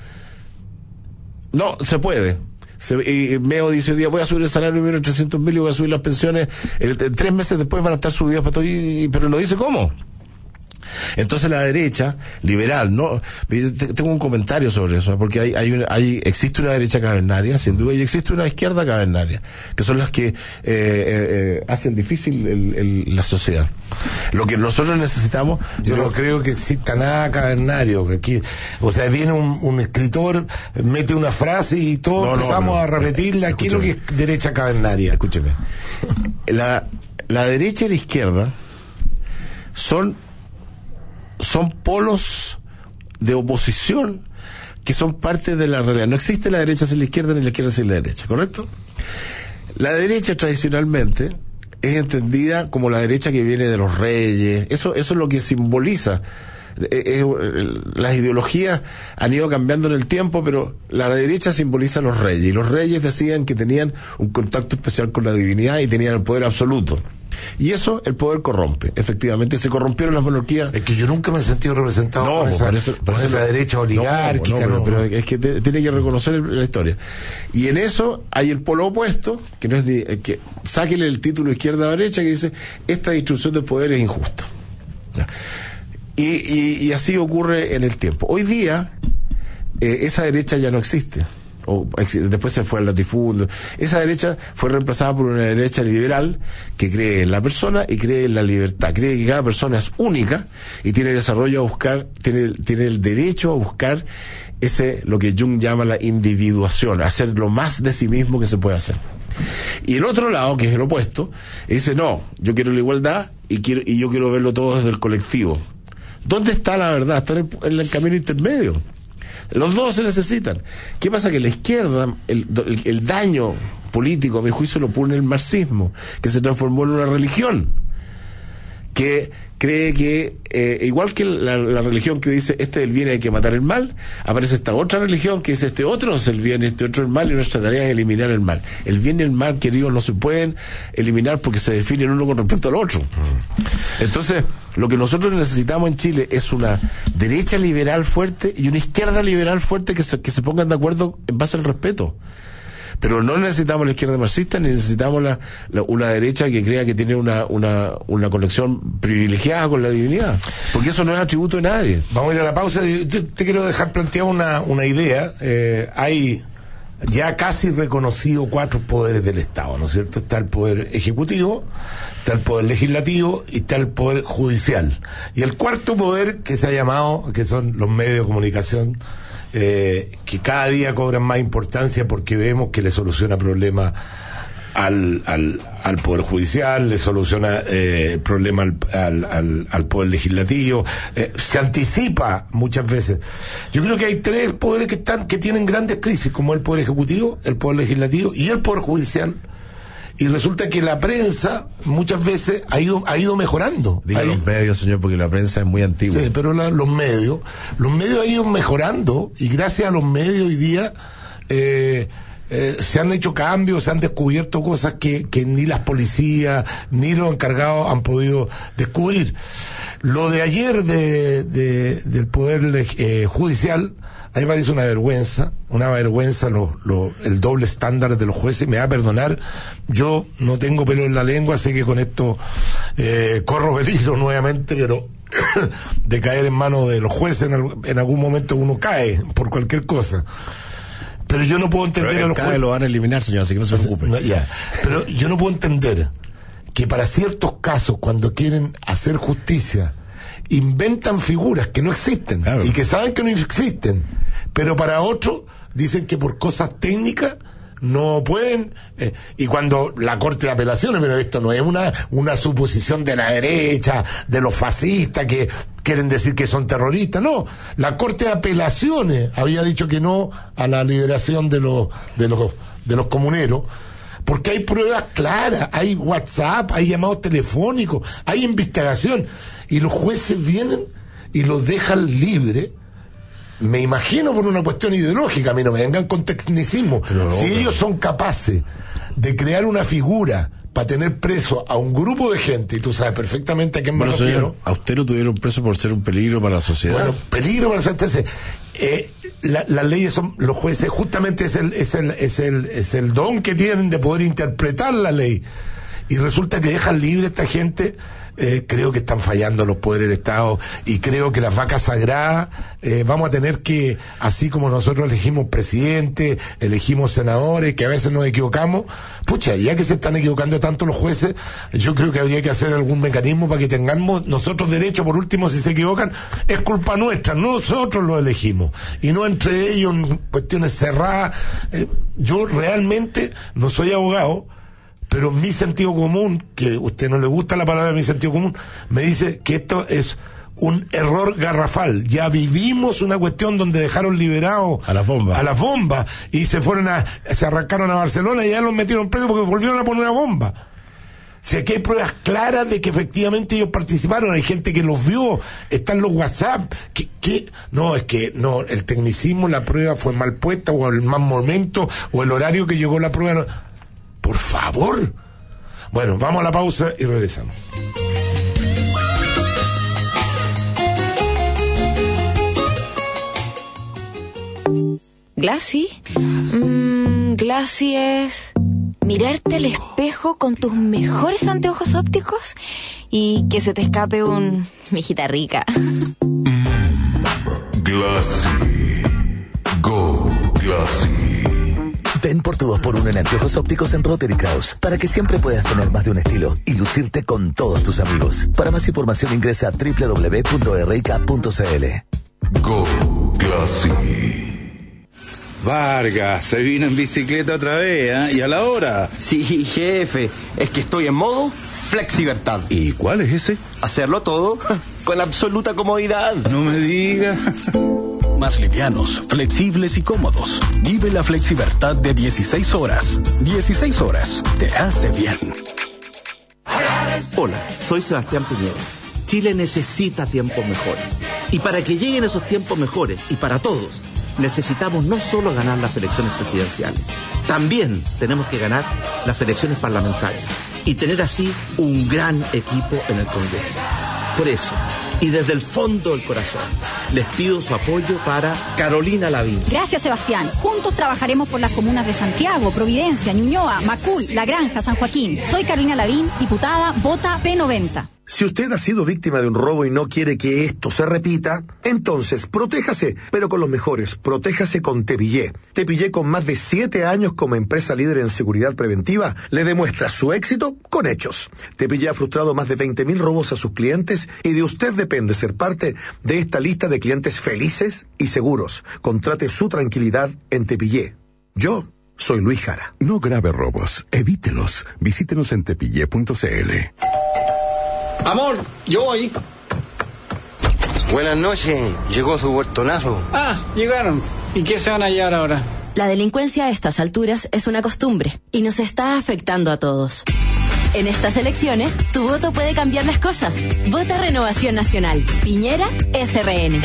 No, se puede. Y Meo dice hoy día, voy a subir el salario mínimo en 300.000 y voy a subir las pensiones. 3 meses después van a estar subidas para todo, pero no dice cómo. Entonces la derecha liberal, no, tengo un comentario sobre eso, porque existe una derecha cavernaria, sin duda, y existe una izquierda cavernaria, que son las que hacen difícil la sociedad. Lo que nosotros necesitamos, yo no creo que exista nada cavernario, que aquí, o sea, viene un escritor, mete una frase y todos empezamos a repetirla. Aquí es lo que es derecha cavernaria. Escúcheme, la derecha y la izquierda son polos de oposición que son parte de la realidad. No existe la derecha sin la izquierda ni la izquierda sin la derecha, ¿correcto? La derecha tradicionalmente es entendida como la derecha que viene de los reyes. Eso es lo que simboliza. Las ideologías han ido cambiando en el tiempo, pero la derecha simboliza a los reyes, y los reyes decían que tenían un contacto especial con la divinidad y tenían el poder absoluto. Y eso, el poder corrompe. Efectivamente, se corrompieron las monarquías. Es que yo nunca me he sentido representado por esa derecha oligárquica. Pero es que tiene que reconocer la historia. Y en eso hay el polo opuesto, que no es que sáquenle el título izquierda-derecha, que dice: esta distribución del poder es injusta. Ya. Y así ocurre en el tiempo. Hoy día, esa derecha ya no existe. Después se fue al latifundio. Esa derecha fue reemplazada por una derecha liberal que cree en la persona y cree en la libertad. Cree que cada persona es única y tiene desarrollo a buscar, tiene el derecho a buscar lo que Jung llama la individuación, hacer lo más de sí mismo que se puede hacer. Y el otro lado, que es el opuesto, dice: no, yo quiero la igualdad y yo quiero verlo todo desde el colectivo. ¿Dónde está la verdad? Está en el camino intermedio. Los dos se necesitan. ¿Qué pasa? Que la izquierda, el daño político, a mi juicio, lo pone el marxismo, que se transformó en una religión, que cree que, igual que la religión que dice este es el bien y hay que matar el mal, aparece esta otra religión que dice este otro es el bien y este otro es el mal, y nuestra tarea es eliminar el mal. El bien y el mal, queridos, no se pueden eliminar porque se definen uno con respecto al otro. Entonces, lo que nosotros necesitamos en Chile es una derecha liberal fuerte y una izquierda liberal fuerte que se pongan de acuerdo en base al respeto. Pero no necesitamos la izquierda marxista, ni necesitamos una derecha que crea que tiene una conexión privilegiada con la divinidad, porque eso no es atributo de nadie. Vamos a ir a la pausa. Te quiero dejar planteada una idea. Hay ya casi reconocido 4 poderes del Estado, ¿no es cierto? Está el poder ejecutivo, está el poder legislativo y está el poder judicial. Y el cuarto poder, que se ha llamado, que son los medios de comunicación, que cada día cobran más importancia porque vemos que le soluciona problemas al Poder Judicial, le soluciona el problema al Poder Legislativo, se anticipa muchas veces. Yo creo que hay 3 poderes que tienen grandes crisis, como el Poder Ejecutivo, el Poder Legislativo y el Poder Judicial. Y resulta que la prensa muchas veces ha ido mejorando. Diga los medios, señor, porque la prensa es muy antigua. Sí, pero los medios han ido mejorando, y gracias a los medios hoy día se han hecho cambios, se han descubierto cosas que ni las policías ni los encargados han podido descubrir. Lo de ayer del Poder Judicial, a mí me parece una vergüenza el doble estándar de los jueces. Me va a perdonar, yo no tengo pelo en la lengua, sé que con esto corro peligro nuevamente, pero de caer en manos de los jueces, en algún momento uno cae por cualquier cosa. Pero yo no puedo entender a los jueces. Lo van a eliminar, señor, así que no se preocupe. Pero yo no puedo entender que para ciertos casos, cuando quieren hacer justicia, inventan figuras que no existen, claro, y que saben que no existen, pero para otros dicen que por cosas técnicas no pueden, y cuando la Corte de Apelaciones, pero esto no es una suposición de la derecha, de los fascistas que quieren decir que son terroristas, no, la Corte de Apelaciones había dicho que no a la liberación de los comuneros, porque hay pruebas claras, hay WhatsApp, hay llamados telefónicos, hay investigación, y los jueces vienen y los dejan libres. Me imagino por una cuestión ideológica, a mí no me vengan con tecnicismo. Si ellos son capaces de crear una figura para tener preso a un grupo de gente, y tú sabes perfectamente a quién me refiero. Señor, a usted lo tuvieron preso por ser un peligro para la sociedad. Bueno, peligro para la sociedad. Entonces, las leyes son, los jueces justamente es el don que tienen de poder interpretar la ley. y resulta que dejan libre a esta gente. Creo que están fallando los poderes del Estado, y creo que las vacas sagradas vamos a tener que, así como nosotros elegimos presidente, elegimos senadores, que a veces nos equivocamos, pucha, ya que se están equivocando tanto los jueces, yo creo que habría que hacer algún mecanismo para que tengamos nosotros derecho. Por último, si se equivocan, es culpa nuestra, nosotros lo elegimos, y no entre ellos cuestiones cerradas. Yo realmente no soy abogado, pero mi sentido común, que a usted no le gusta la palabra mi sentido común, me dice que esto es un error garrafal. Ya vivimos una cuestión donde dejaron liberados a las bombas y se arrancaron a Barcelona y ya los metieron presos porque volvieron a poner una bomba. Si aquí hay pruebas claras de que efectivamente ellos participaron, hay gente que los vio, están los WhatsApp, no, es que no, el tecnicismo, la prueba fue mal puesta, o el mal momento, o el horario que llegó la prueba. Por favor. Bueno, vamos a la pausa y regresamos. Glassy. Glassy es mirarte al espejo con tus mejores anteojos ópticos y que se te escape un mijita rica. Glassy. Go Glassy. Ven por tu 2x1 en anteojos ópticos en Rotary Kraus, para que siempre puedas tener más de un estilo y lucirte con todos tus amigos. Para más información ingresa a www.rik.cl. Go Glassy. Vargas, se vino en bicicleta otra vez, ¿eh? ¿Y a la hora? Sí, jefe, es que estoy en modo Flexibertad. ¿Y cuál es ese? Hacerlo todo con absoluta comodidad. No me digas. Más livianos, flexibles y cómodos. Vive la Flexibertad de 16 horas. 16 horas te hace bien. Hola, soy Sebastián Piñera. Chile necesita tiempos mejores. Y para que lleguen esos tiempos mejores, y para todos, necesitamos no solo ganar las elecciones presidenciales, también tenemos que ganar las elecciones parlamentarias y tener así un gran equipo en el Congreso. Por eso, y desde el fondo del corazón, les pido su apoyo para Carolina Lavín. Gracias, Sebastián. Juntos trabajaremos por las comunas de Santiago, Providencia, Ñuñoa, Macul, La Granja, San Joaquín. Soy Carolina Lavín, diputada, vota P90. Si usted ha sido víctima de un robo y no quiere que esto se repita, entonces protéjase, pero con los mejores. Protéjase con Tepillé. Tepillé, con más de 7 años como empresa líder en seguridad preventiva, le demuestra su éxito con hechos. Tepillé ha frustrado más de 20.000 robos a sus clientes, y de usted depende ser parte de esta lista de clientes felices y seguros. Contrate su tranquilidad en Tepillé. Yo soy Luis Jara. No grave robos, evítelos. Visítenos en tepillé.cl. Amor, yo voy. Buenas noches, llegó su huertonazo. Ah, llegaron. ¿Y qué se van a llevar ahora? La delincuencia a estas alturas es una costumbre y nos está afectando a todos. En estas elecciones, tu voto puede cambiar las cosas. Vota Renovación Nacional. Piñera, SRN.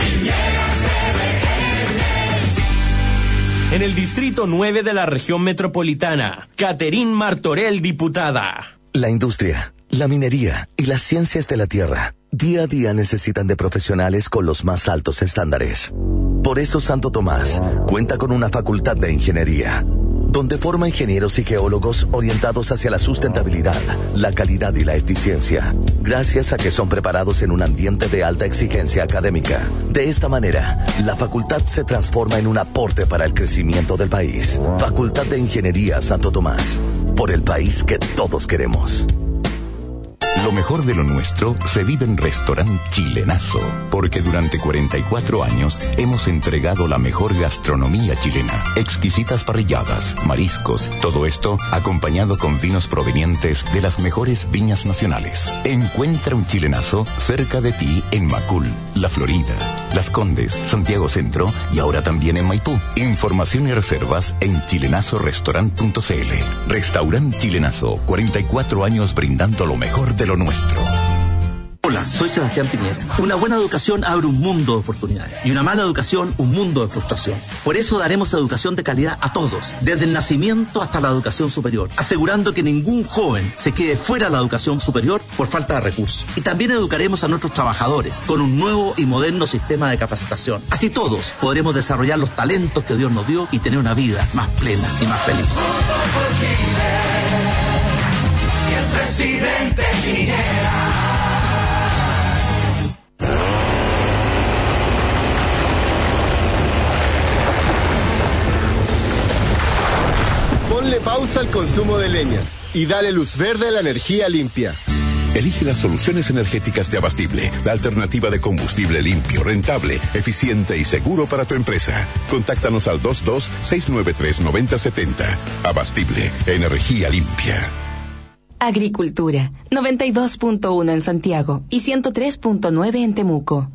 En el Distrito 9 de la Región Metropolitana, Caterín Martorell, diputada. La industria, la minería y las ciencias de la tierra día a día necesitan de profesionales con los más altos estándares. Por eso Santo Tomás cuenta con una facultad de ingeniería, donde forma ingenieros y geólogos orientados hacia la sustentabilidad, la calidad y la eficiencia, gracias a que son preparados en un ambiente de alta exigencia académica. De esta manera, la facultad se transforma en un aporte para el crecimiento del país. Facultad de Ingeniería Santo Tomás, por el país que todos queremos. Lo mejor de lo nuestro se vive en Restaurant Chilenazo, porque durante 44 años hemos entregado la mejor gastronomía chilena. Exquisitas parrilladas, mariscos, todo esto acompañado con vinos provenientes de las mejores viñas nacionales. Encuentra un Chilenazo cerca de ti en Macul, La Florida, Las Condes, Santiago Centro y ahora también en Maipú. Información y reservas en chilenazorestaurant.cl. Restaurant Chilenazo, 44 años brindando lo mejor de lo nuestro. Hola, soy Sebastián Piñera. Una buena educación abre un mundo de oportunidades y una mala educación un mundo de frustración. Por eso daremos educación de calidad a todos, desde el nacimiento hasta la educación superior, asegurando que ningún joven se quede fuera de la educación superior por falta de recursos. Y también educaremos a nuestros trabajadores con un nuevo y moderno sistema de capacitación. Así todos podremos desarrollar los talentos que Dios nos dio y tener una vida más plena y más feliz. el presidente Piñera. Ponle pausa al consumo de leña y dale luz verde a la energía limpia. Elige las soluciones energéticas de Abastible, la alternativa de combustible limpio, rentable, eficiente y seguro para tu empresa. Contáctanos al 22-693-9070. Abastible, energía limpia. Agricultura, 92.1 en Santiago y 103.9 en Temuco.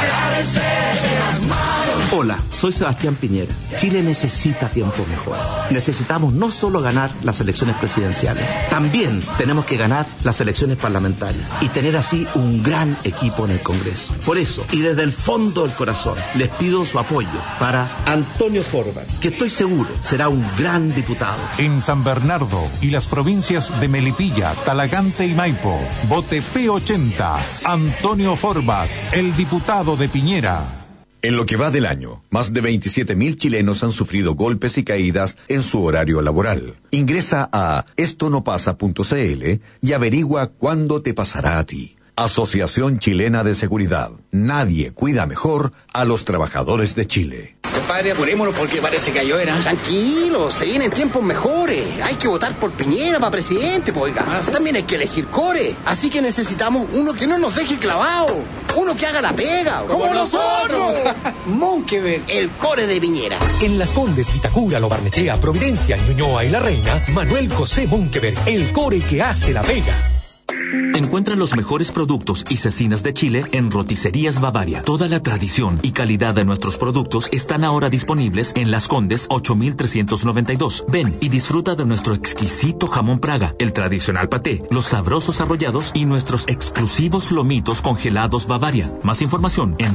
Hola, soy Sebastián Piñera. Chile necesita tiempos mejores. Necesitamos no solo ganar las elecciones presidenciales, también tenemos que ganar las elecciones parlamentarias y tener así un gran equipo en el Congreso. Por eso, y desde el fondo del corazón, les pido su apoyo para Antonio Forbat, que estoy seguro será un gran diputado. En San Bernardo y las provincias de Melipilla, Talagante y Maipo, vote P80, Antonio Forbat, el diputado de Piñera. En lo que va del año, más de 27,000 chilenos han sufrido golpes y caídas en su horario laboral. Ingresa a estonopasa.cl y averigua cuándo te pasará a ti. Asociación Chilena de Seguridad. Nadie cuida mejor a los trabajadores de Chile. Compadre, apurémonos porque parece que hay era. Tranquilo, se vienen tiempos mejores. Hay que votar por Piñera para presidente, oiga. También hay que elegir core. Así que necesitamos uno que no nos deje clavado. Uno que haga la pega. ¡Como nosotros! Munkeberg, el core de Piñera. En Las Condes, Vitacura, Lo Barnechea, Providencia, Ñuñoa y La Reina, Manuel José Munkeberg, el core que hace la pega. Encuentran los mejores productos y cecinas de Chile en Roticerías Bavaria. Toda la tradición y calidad de nuestros productos están ahora disponibles en Las Condes 8392. Ven y disfruta de nuestro exquisito jamón Praga, el tradicional paté, los sabrosos arrollados y nuestros exclusivos lomitos congelados Bavaria. Más información en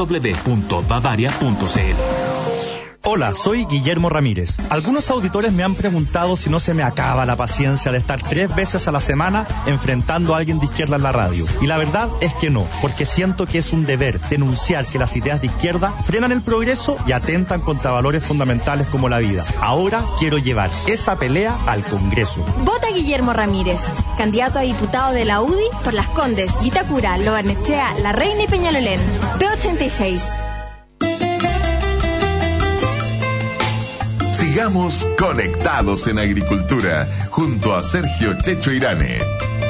www.bavaria.cl. Hola, soy Guillermo Ramírez. Algunos auditores me han preguntado si no se me acaba la paciencia de estar 3 veces a la semana enfrentando a alguien de izquierda en la radio. Y la verdad es que no, porque siento que es un deber denunciar que las ideas de izquierda frenan el progreso y atentan contra valores fundamentales como la vida. Ahora quiero llevar esa pelea al Congreso. Vota Guillermo Ramírez, candidato a diputado de la UDI por Las Condes, Vitacura, Lo Barnechea, La Reina y Peñalolén. P86. Sigamos conectados en agricultura, junto a Sergio Checho Irane.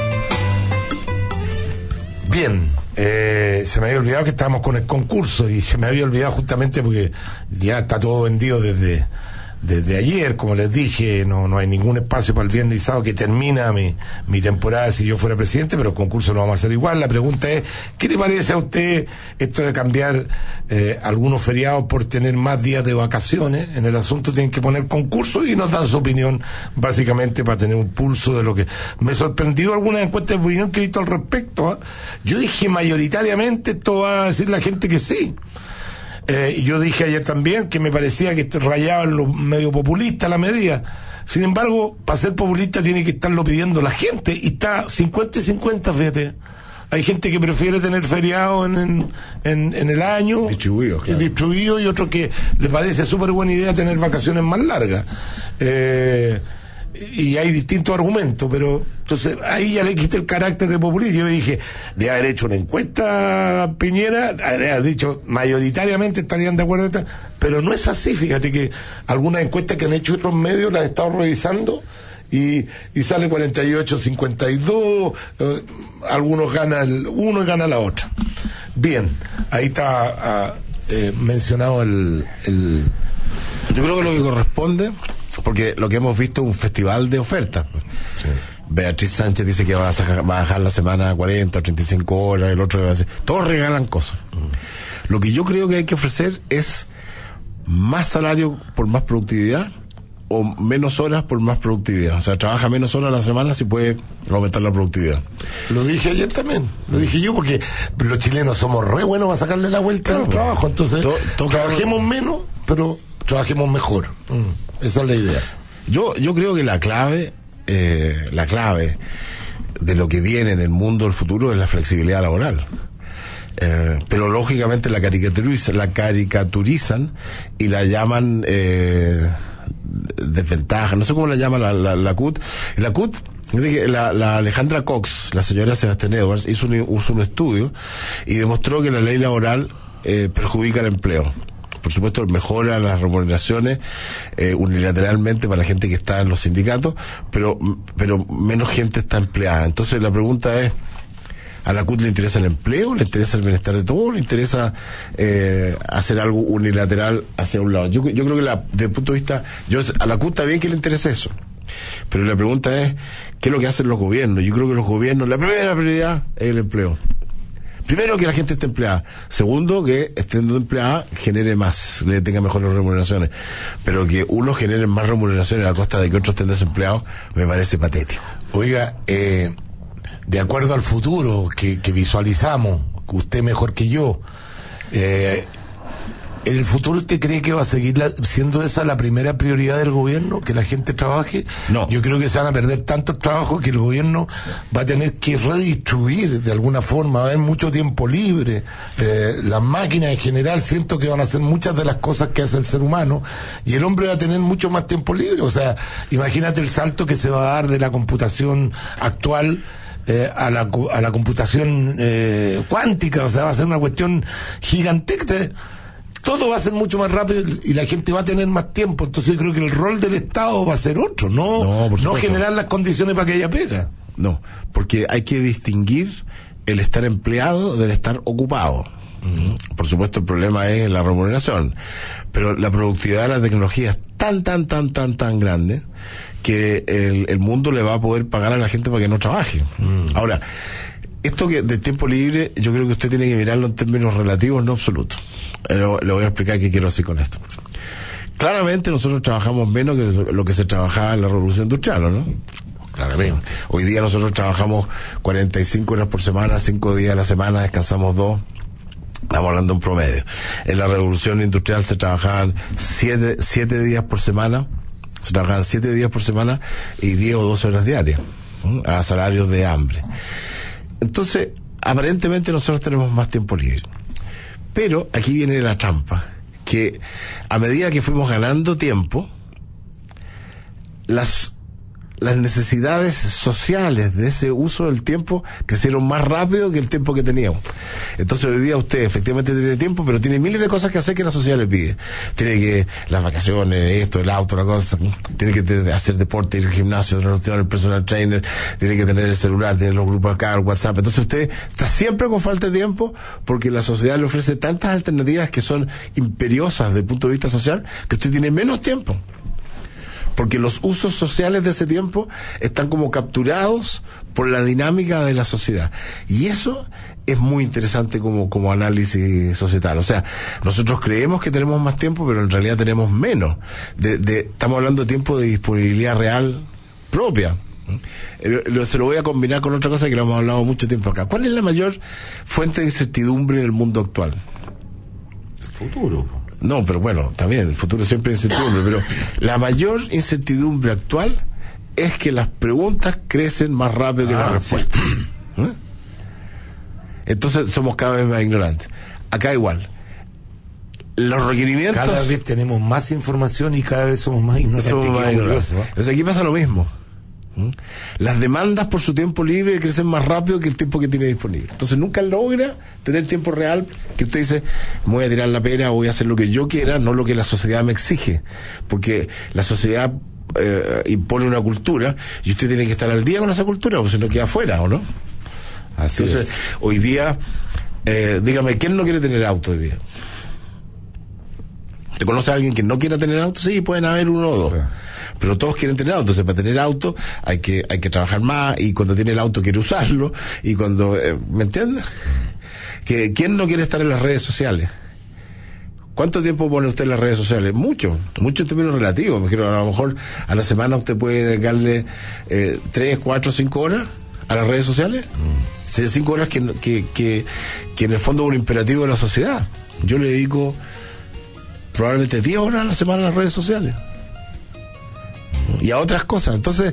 Bien, se me había olvidado que estábamos con el concurso y se me había olvidado justamente porque ya está todo vendido desde ayer, como les dije, no hay ningún espacio para el viernes y sábado, que termina mi temporada si yo fuera presidente, pero el concurso lo vamos a hacer igual. La pregunta es, ¿qué le parece a usted esto de cambiar algunos feriados por tener más días de vacaciones? En el asunto tienen que poner concurso y nos dan su opinión, básicamente para tener un pulso de lo que... Me sorprendió algunas encuestas de opinión que he visto al respecto, ¿eh? Yo dije mayoritariamente esto va a decir la gente que sí. Yo dije ayer también que me parecía que rayaban lo medio populista la medida. Sin embargo, para ser populista tiene que estarlo pidiendo la gente, y está 50 y 50, fíjate. Hay gente que prefiere tener feriado en el año distribuido, y otro que le parece súper buena idea tener vacaciones más largas. Y hay distintos argumentos, pero entonces ahí ya le quité el carácter de populista. Yo dije, de haber hecho una encuesta Piñera, haber dicho mayoritariamente estarían de acuerdo, pero no es así. Fíjate que algunas encuestas que han hecho otros medios las he estado revisando y sale 48-52, algunos ganan uno y gana la otra. Bien, ahí está mencionado el... Yo creo que lo que corresponde, porque lo que hemos visto es un festival de ofertas. Sí. Beatriz Sánchez dice que va a bajar la semana a 40 o 35 horas, el otro va a hacer... Todos regalan cosas. Lo que yo creo que hay que ofrecer es más salario por más productividad o menos horas por más productividad. O sea, trabaja menos horas a la semana si puede aumentar la productividad. Lo dije ayer también, lo dije yo, porque los chilenos somos re buenos para sacarle la vuelta al trabajo. Entonces, trabajemos menos, pero trabajemos mejor. Esa es la idea. Yo creo que la clave de lo que viene en el mundo del futuro es la flexibilidad laboral. Pero lógicamente la caricaturizan y la llaman desventaja, no sé cómo la llama la CUT. La CUT La Alejandra Cox, la señora Sebastián Edwards, hizo un estudio y demostró que la ley laboral perjudica el empleo. Por supuesto, mejora las remuneraciones unilateralmente para la gente que está en los sindicatos, pero menos gente está empleada. Entonces la pregunta es, ¿a la CUT le interesa el empleo? ¿Le interesa el bienestar de todos? ¿Le interesa hacer algo unilateral hacia un lado? Yo creo que desde el punto de vista, a la CUT está bien que le interese eso. Pero la pregunta es, ¿qué es lo que hacen los gobiernos? Yo creo que los gobiernos, la primera prioridad es el empleo. Primero, que la gente esté empleada. Segundo, que estando empleada genere más, le tenga mejores remuneraciones. Pero que uno genere más remuneraciones a costa de que otros estén desempleados, me parece patético. Oiga, de acuerdo al futuro que visualizamos, usted mejor que yo, ¿en el futuro usted cree que va a seguir siendo esa la primera prioridad del gobierno, que la gente trabaje? No. Yo creo que se van a perder tantos trabajos que el gobierno va a tener que redistribuir de alguna forma, va a haber mucho tiempo libre. Las máquinas en general siento que van a hacer muchas de las cosas que hace el ser humano y el hombre va a tener mucho más tiempo libre. O sea, imagínate el salto que se va a dar de la computación actual a la computación cuántica. O sea, va a ser una cuestión gigantesca. Todo va a ser mucho más rápido y la gente va a tener más tiempo. Entonces yo creo que el rol del Estado va a ser otro, no generar las condiciones para que haya pega. No, porque hay que distinguir el estar empleado del estar ocupado. Por supuesto, el problema es la remuneración, pero la productividad de la tecnología es tan grande que el mundo le va a poder pagar a la gente para que no trabaje. Ahora, esto que de tiempo libre, yo creo que usted tiene que mirarlo en términos relativos, no absolutos. Le voy a explicar qué quiero decir con esto. Claramente nosotros trabajamos menos que lo que se trabajaba en la Revolución Industrial, ¿no? Claramente. Hoy día nosotros trabajamos 45 horas por semana, 5 días a la semana, descansamos 2. Estamos hablando en promedio. En la Revolución Industrial se trabajaban 7 días por semana, y 10 o 12 horas diarias, a salarios de hambre. Entonces, aparentemente nosotros tenemos más tiempo libre. Pero aquí viene la trampa, que a medida que fuimos ganando tiempo, las necesidades sociales de ese uso del tiempo crecieron más rápido que el tiempo que teníamos. Entonces hoy día usted efectivamente tiene tiempo, pero tiene miles de cosas que hacer que la sociedad le pide. Tiene que, las vacaciones, esto, el auto, la cosa, tiene que hacer deporte, ir al gimnasio, tener el personal trainer, tiene que tener el celular, tiene los grupos acá, el WhatsApp. Entonces usted está siempre con falta de tiempo porque la sociedad le ofrece tantas alternativas que son imperiosas desde el punto de vista social que usted tiene menos tiempo. Porque los usos sociales de ese tiempo están como capturados por la dinámica de la sociedad. Y eso es muy interesante como análisis societal. O sea, nosotros creemos que tenemos más tiempo, pero en realidad tenemos menos. Estamos hablando de tiempo de disponibilidad real propia. Se lo voy a combinar con otra cosa que lo hemos hablado mucho tiempo acá. ¿Cuál es la mayor fuente de incertidumbre en el mundo actual? El futuro. No, pero bueno, también, el futuro siempre es incertidumbre, pero la mayor incertidumbre actual es que las preguntas crecen más rápido que las respuestas. ¿Eh? Entonces somos cada vez más ignorantes. Acá igual. Los requerimientos... Cada vez tenemos más información y cada vez somos más ignorantes. O sea, aquí pasa lo mismo. Las demandas por su tiempo libre crecen más rápido que el tiempo que tiene disponible. Entonces nunca logra tener tiempo real que usted dice, me voy a tirar la pera, voy a hacer lo que yo quiera, no lo que la sociedad me exige. Porque la sociedad impone una cultura y usted tiene que estar al día con esa cultura, porque si no queda afuera, ¿o no? Así entonces, es. Hoy día, dígame, ¿quién no quiere tener auto hoy día? ¿Te conoce a alguien que no quiera tener auto? Sí, pueden haber uno o dos. Sí. Pero todos quieren tener auto. Entonces, para tener auto hay que trabajar más, y cuando tiene el auto quiere usarlo, y cuando, ¿me entiendes? ¿Quién no quiere estar en las redes sociales? ¿Cuánto tiempo pone usted en las redes sociales? Mucho en términos relativos. Me refiero, a lo mejor a la semana usted puede dedicarle 3, 4, 5 horas a las redes sociales. 5 horas que en el fondo es un imperativo de la sociedad. Yo le dedico probablemente 10 horas a la semana a las redes sociales y a otras cosas. Entonces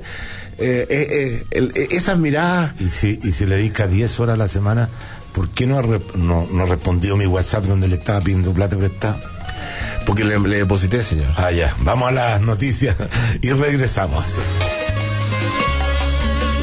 esas miradas, y si le dedica 10 horas a la semana, ¿por qué no respondió mi WhatsApp donde le estaba pidiendo plata prestada? Porque le deposité, señor. Ya, vamos a las noticias y regresamos.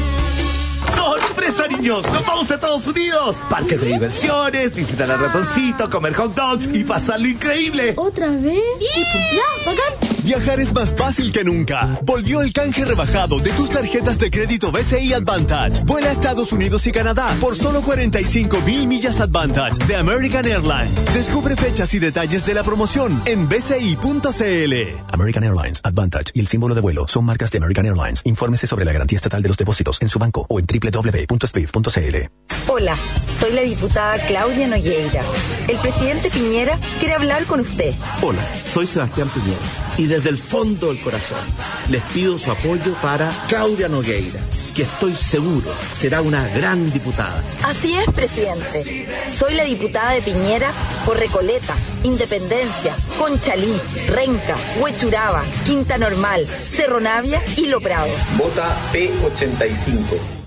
años! ¡Nos vamos a Estados Unidos! Parques de diversiones, visitar al ratoncito, comer hot dogs y pasarlo increíble. ¿Otra vez? Sí, pues ya, bacán. Viajar es más fácil que nunca. Volvió el canje rebajado de tus tarjetas de crédito BCI Advantage. Vuela a Estados Unidos y Canadá por solo 45,000 millas Advantage de American Airlines. Descubre fechas y detalles de la promoción en bci.cl. American Airlines, Advantage y el símbolo de vuelo son marcas de American Airlines. Infórmese sobre la garantía estatal de los depósitos en su banco o en www.swift.cl. Hola, soy la diputada Claudia Nogueira. El presidente Piñera quiere hablar con usted. Hola, soy Sebastián Piñera y desde el fondo del corazón les pido su apoyo para Claudia Nogueira, que estoy seguro será una gran diputada. Así es, presidente. Soy la diputada de Piñera por Recoleta, Independencia, Conchalí, Renca, Huechuraba, Quinta Normal, Cerro Navia y Lo Prado. Vota P85.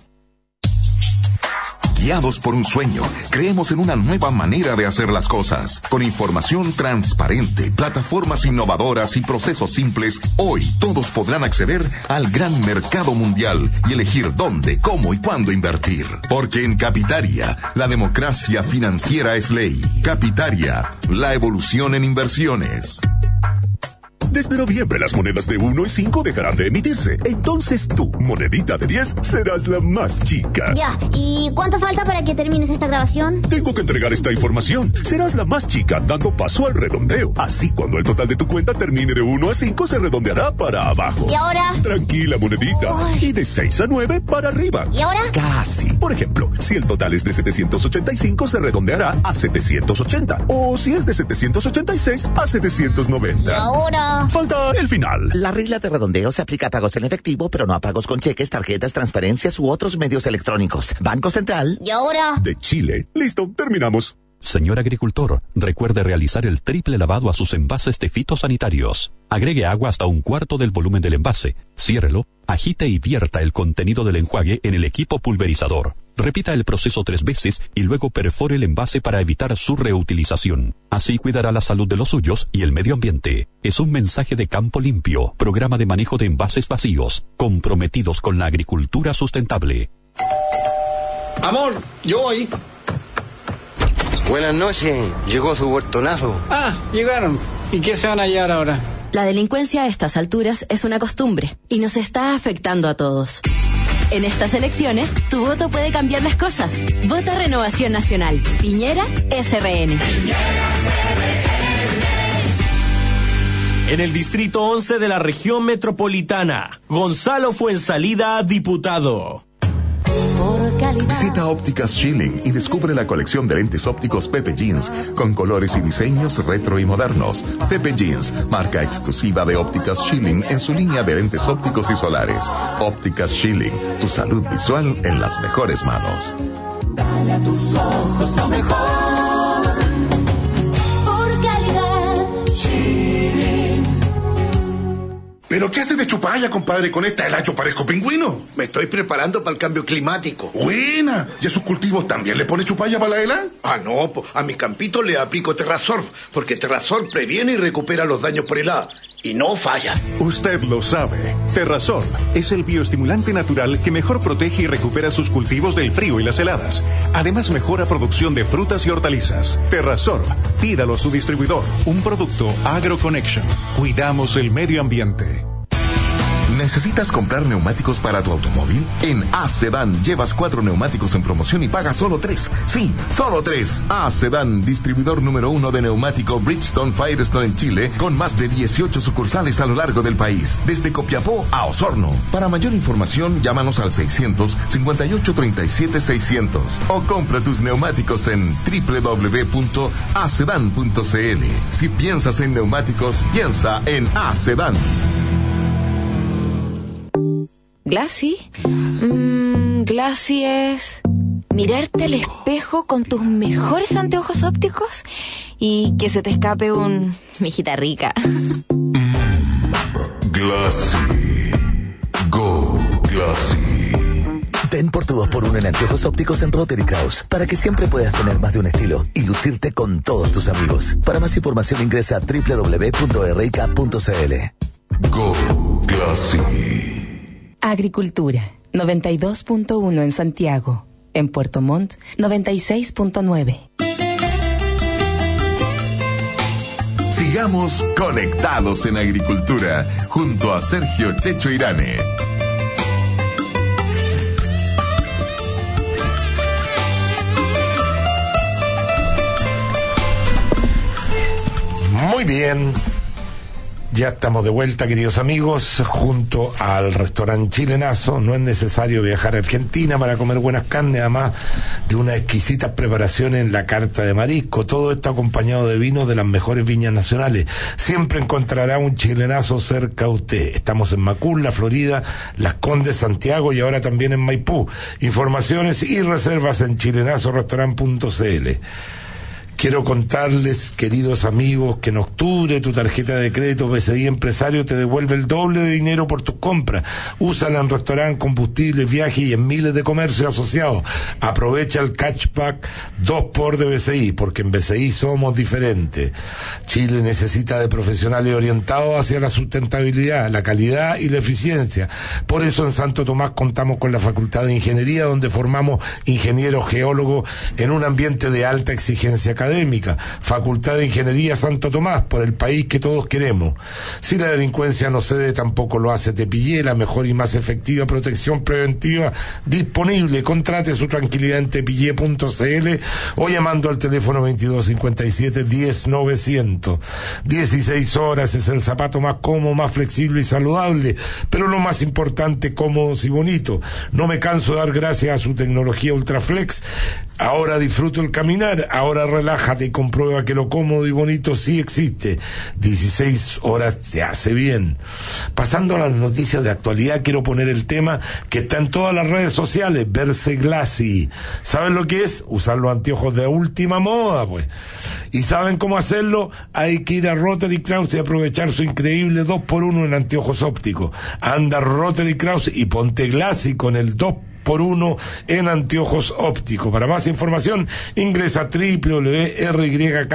Guiados por un sueño, creemos en una nueva manera de hacer las cosas. Con información transparente, plataformas innovadoras y procesos simples, hoy todos podrán acceder al gran mercado mundial y elegir dónde, cómo y cuándo invertir. Porque en Capitaria, la democracia financiera es ley. Capitaria, la evolución en inversiones. Desde noviembre las monedas de 1 y 5 dejarán de emitirse. Entonces tú, monedita de 10, serás la más chica. Ya, ¿y cuánto falta para que termines esta grabación? Tengo que entregar esta información. Serás la más chica dando paso al redondeo. Así cuando el total de tu cuenta termine de 1 a 5 se redondeará para abajo. ¿Y ahora? Tranquila, monedita. Uy. Y de 6 a 9 para arriba. ¿Y ahora? Casi. Por ejemplo, si el total es de 785 se redondeará a 780. O si es de 786 a 790. ¿Y ahora? Falta el final. La regla de redondeo se aplica a pagos en efectivo, pero no a pagos con cheques, tarjetas, transferencias u otros medios electrónicos. Banco Central. ¿Y ahora? De Chile. Listo, terminamos. Señor agricultor, recuerde realizar el triple lavado a sus envases de fitosanitarios. Agregue agua hasta un cuarto del volumen del envase. Ciérrelo, agite y vierta el contenido del enjuague en el equipo pulverizador. Repita el proceso 3 veces y luego perfore el envase para evitar su reutilización. Así cuidará la salud de los suyos y el medio ambiente. Es un mensaje de Campo Limpio, programa de manejo de envases vacíos, comprometidos con la agricultura sustentable. Amor, yo voy. Buenas noches, llegó su huertonazo. Ah, llegaron. ¿Y qué se van a llevar ahora? La delincuencia a estas alturas es una costumbre y nos está afectando a todos. En estas elecciones, tu voto puede cambiar las cosas. Vota Renovación Nacional. Piñera, SRN. En el distrito 11 de la región metropolitana, Gonzalo Fuenzalida, diputado. Visita Ópticas Schilling y descubre la colección de lentes ópticos Pepe Jeans con colores y diseños retro y modernos. Pepe Jeans, marca exclusiva de Ópticas Schilling en su línea de lentes ópticos y solares. Ópticas Schilling, tu salud visual en las mejores manos. Dale a tus ojos lo mejor. Por calidad, Schilling. ¿Pero qué haces de chupalla, compadre? Con esta helacho parezco pingüino. Me estoy preparando para el cambio climático. Buena. ¿Y a sus cultivos también le pone chupalla para la hela? Ah, no, a mi campito le aplico Terrasorb, porque Terrasorb previene y recupera los daños por helada. Y no falla. Usted lo sabe. Terrasorb es el bioestimulante natural que mejor protege y recupera sus cultivos del frío y las heladas. Además, mejora producción de frutas y hortalizas. Terrasorb, pídalo a su distribuidor. Un producto AgroConnection. Cuidamos el medio ambiente. ¿Necesitas comprar neumáticos para tu automóvil? En A-Sedan llevas 4 neumáticos en promoción y pagas solo 3. Sí, solo 3. A-Sedan, distribuidor número 1 de neumático Bridgestone Firestone en Chile, con más de 18 sucursales a lo largo del país, desde Copiapó a Osorno. Para mayor información, llámanos al 600-5837-600 o compra tus neumáticos en www.acedan.cl. Si piensas en neumáticos, piensa en A-Sedan. Glassy. Glassy es mirarte al espejo con tus mejores anteojos ópticos y que se te escape un mijita rica. Glassy. Go Glassy. Ven por tu 2x1 en anteojos ópticos en Rotary Kraus para que siempre puedas tener más de un estilo y lucirte con todos tus amigos. Para más información ingresa a www.rk.cl. Go Glassy. Agricultura, 92.1 en Santiago, En Puerto Montt, 96.9. Sigamos conectados en agricultura junto a Sergio Checho Irane. Muy bien. Ya estamos de vuelta, queridos amigos, junto al restaurante Chilenazo. No es necesario viajar a Argentina para comer buenas carnes, además de unas exquisitas preparaciones en la carta de marisco. Todo esto acompañado de vinos de las mejores viñas nacionales. Siempre encontrará un Chilenazo cerca a usted. Estamos en Macul, La Florida, Las Condes, Santiago y ahora también en Maipú. Informaciones y reservas en chilenazorestaurant.cl. Quiero contarles, queridos amigos, que en octubre tu tarjeta de crédito BCI Empresario te devuelve el doble de dinero por tus compras. Úsala en restaurante, combustibles, viajes y en miles de comercios asociados. Aprovecha el cashback 2x de BCI, porque en BCI somos diferentes. Chile necesita de profesionales orientados hacia la sustentabilidad, la calidad y la eficiencia. Por eso en Santo Tomás contamos con la Facultad de Ingeniería, donde formamos ingenieros geólogos en un ambiente de alta exigencia académica. Facultad de Ingeniería Santo Tomás, por el país que todos queremos. Si la delincuencia no cede, tampoco lo hace Tepillé, la mejor y más efectiva protección preventiva disponible. Contrate su tranquilidad en tepillé.cl o llamando al teléfono 2257-10900. 16 horas es el zapato más cómodo, más flexible y saludable, pero lo más importante, cómodos y bonito. No me canso de dar gracias a su tecnología Ultraflex. Ahora disfruto el caminar, ahora relájate y comprueba que lo cómodo y bonito sí existe. 16 horas te hace bien. Pasando a las noticias de actualidad, quiero poner el tema que está en todas las redes sociales, verse glassy. ¿Saben lo que es? Usar los anteojos de última moda, pues. ¿Y saben cómo hacerlo? Hay que ir a Rotary Krause y aprovechar su increíble 2x1 en anteojos ópticos. Anda a Rotary Krause y ponte glassy con el 2x1 en anteojos ópticos. Para más información, ingresa a www.ryk.cl.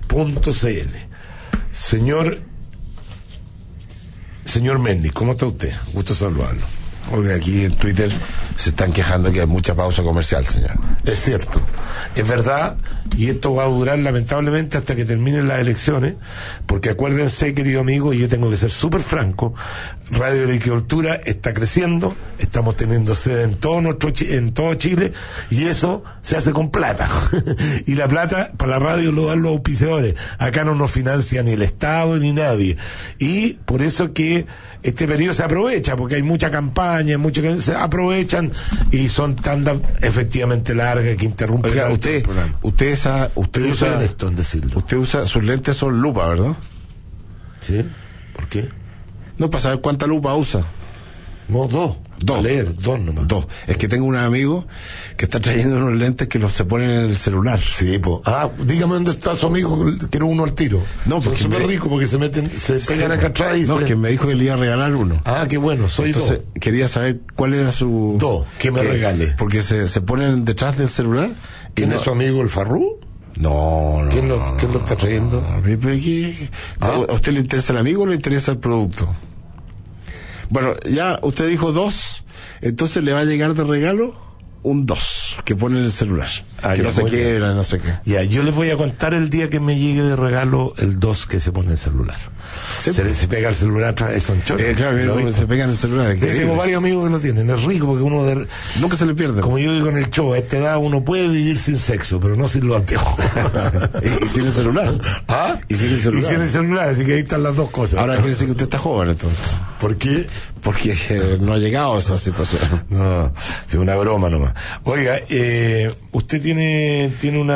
Señor Mendy, ¿cómo está usted? Gusto saludarlo. Porque aquí en Twitter se están quejando que hay mucha pausa comercial, señor. Es cierto, es verdad, y esto va a durar lamentablemente hasta que terminen las elecciones, porque acuérdense, querido amigo, y yo tengo que ser súper franco, Radio Agricultura está creciendo, estamos teniendo sede en todo Chile, y eso se hace con plata. Y la plata para la radio lo dan los auspiciadores. Acá no nos financia ni el Estado ni nadie. Y por eso que este periodo se aprovecha, porque hay mucha campaña, mucho que se aprovechan y son tandas efectivamente largas que interrumpen. Oiga, usted usa esto en decirlo. Usted usa, sus lentes son lupa, ¿verdad? Sí. ¿Por qué? No, para saber cuánta lupa usa. No, dos. Dos. Leer, dos nomás. Dos. Es que tengo un amigo que está trayendo unos lentes que se ponen en el celular. Sí, pues. Ah, dígame dónde está su amigo, quiero uno al tiro. No, porque son súper ricos porque se pegan acá atrás y que me dijo que le iba a regalar uno. Ah, qué bueno, Entonces, quería saber cuál era su... Dos, que me regale. Porque se ponen detrás del celular. ¿Tiene su amigo el Farrú? No. ¿Quién lo está trayendo? ¿A usted le interesa el amigo o le interesa el producto? Bueno, ya usted dijo dos, entonces le va a llegar de regalo un 2 que pone en el celular. Que no se quiebra, no sé qué. Ya, yo les voy a contar el día que me llegue de regalo el 2 que se pone en el celular. Sí, se pega el celular atrás, es un chorro. Claro, se pega en el celular. Tengo varios amigos que lo tienen, es rico porque uno nunca se le pierde. Como yo digo en el show, a esta edad uno puede vivir sin sexo, pero no sin los anteojos. y sin el celular. ¿Ah? Y sin el celular. Y sin el celular, así que ahí están las dos cosas. Ahora quiere decir que usted está joven entonces. ¿Por qué? Porque no ha llegado a esa situación. No, es una broma nomás. Oiga, usted tiene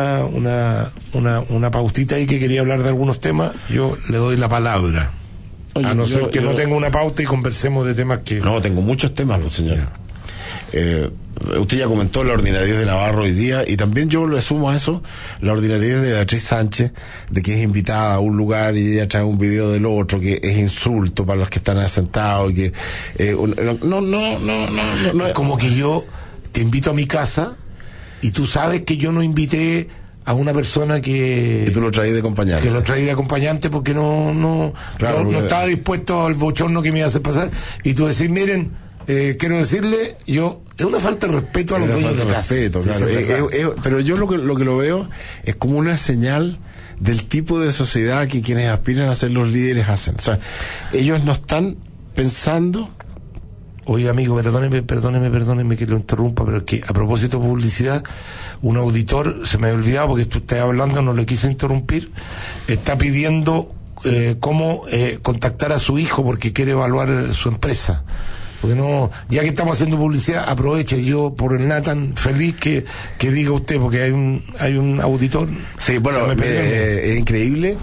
una pautita ahí que quería hablar de algunos temas. Yo le doy la palabra. Oye, a no ser que no tenga una pauta y conversemos de temas que... No, tengo muchos temas, señor. Usted ya comentó la ordinariedad de Navarro hoy día, y también yo le sumo a eso la ordinariedad de Beatriz Sánchez, de que es invitada a un lugar y ella trae un video del otro que es insulto para los que están asentados y que no es como que yo te invito a mi casa y tú sabes que yo no invité a una persona que tú lo traí de acompañante. Que lo traí de acompañante porque no estaba dispuesto al bochorno que me iba a hacer pasar, y tú decís, miren, quiero decirle, es una falta de respeto a los dueños de casa. Claro. Pero yo lo que lo veo es como una señal del tipo de sociedad que quienes aspiran a ser los líderes hacen. O sea, ellos no están pensando... Oye, amigo, perdóneme que lo interrumpa, pero es que a propósito de publicidad, un auditor, se me había olvidado porque tú estás hablando, no le quise interrumpir, está pidiendo cómo contactar a su hijo porque quiere evaluar su empresa. Porque no, ya que estamos haciendo publicidad, aproveche. Yo por el Nathan feliz que diga usted, porque hay un auditor. Sí, bueno, es increíble